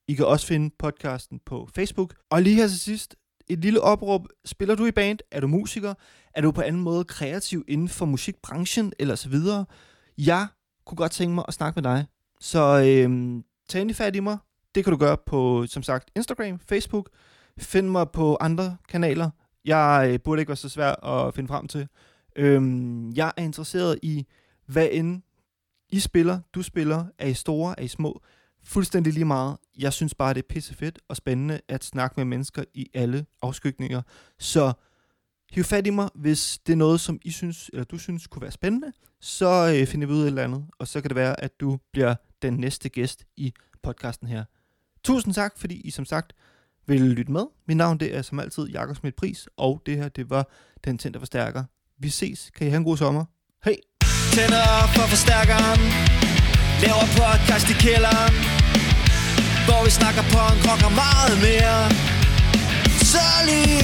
I kan også finde podcasten på Facebook. Og lige her til sidst, et lille opråb. Spiller du i band? Er du musiker? Er du på anden måde kreativ inden for musikbranchen eller så videre? Jeg kunne godt tænke mig at snakke med dig. Så tag endelig fat i mig. Det kan du gøre på, som sagt, Instagram, Facebook. Find mig på andre kanaler. Jeg burde ikke være så svær at finde frem til. Jeg er interesseret i, hvad end I spiller, du spiller, er I store, er I små. Fuldstændig lige meget. Jeg synes bare, det er pissefedt og spændende at snakke med mennesker i alle afskygninger. Så hiv fat i mig, hvis det er noget, som I synes, eller du synes kunne være spændende. Så finder vi ud af et eller andet, og så kan det være, at du bliver den næste gæst i podcasten her. Tusind tak, fordi I som sagt vil lytte med. Mit navn det er som altid Jakob Schmidt Pris, og det her det var Den Tændte Forstærker. Vi ses. Kan I have en god sommer? Hej! Tænder op for forstærkeren, laver podcast i kælderen, hvor vi snakker punk, rock og meget mere. Så lige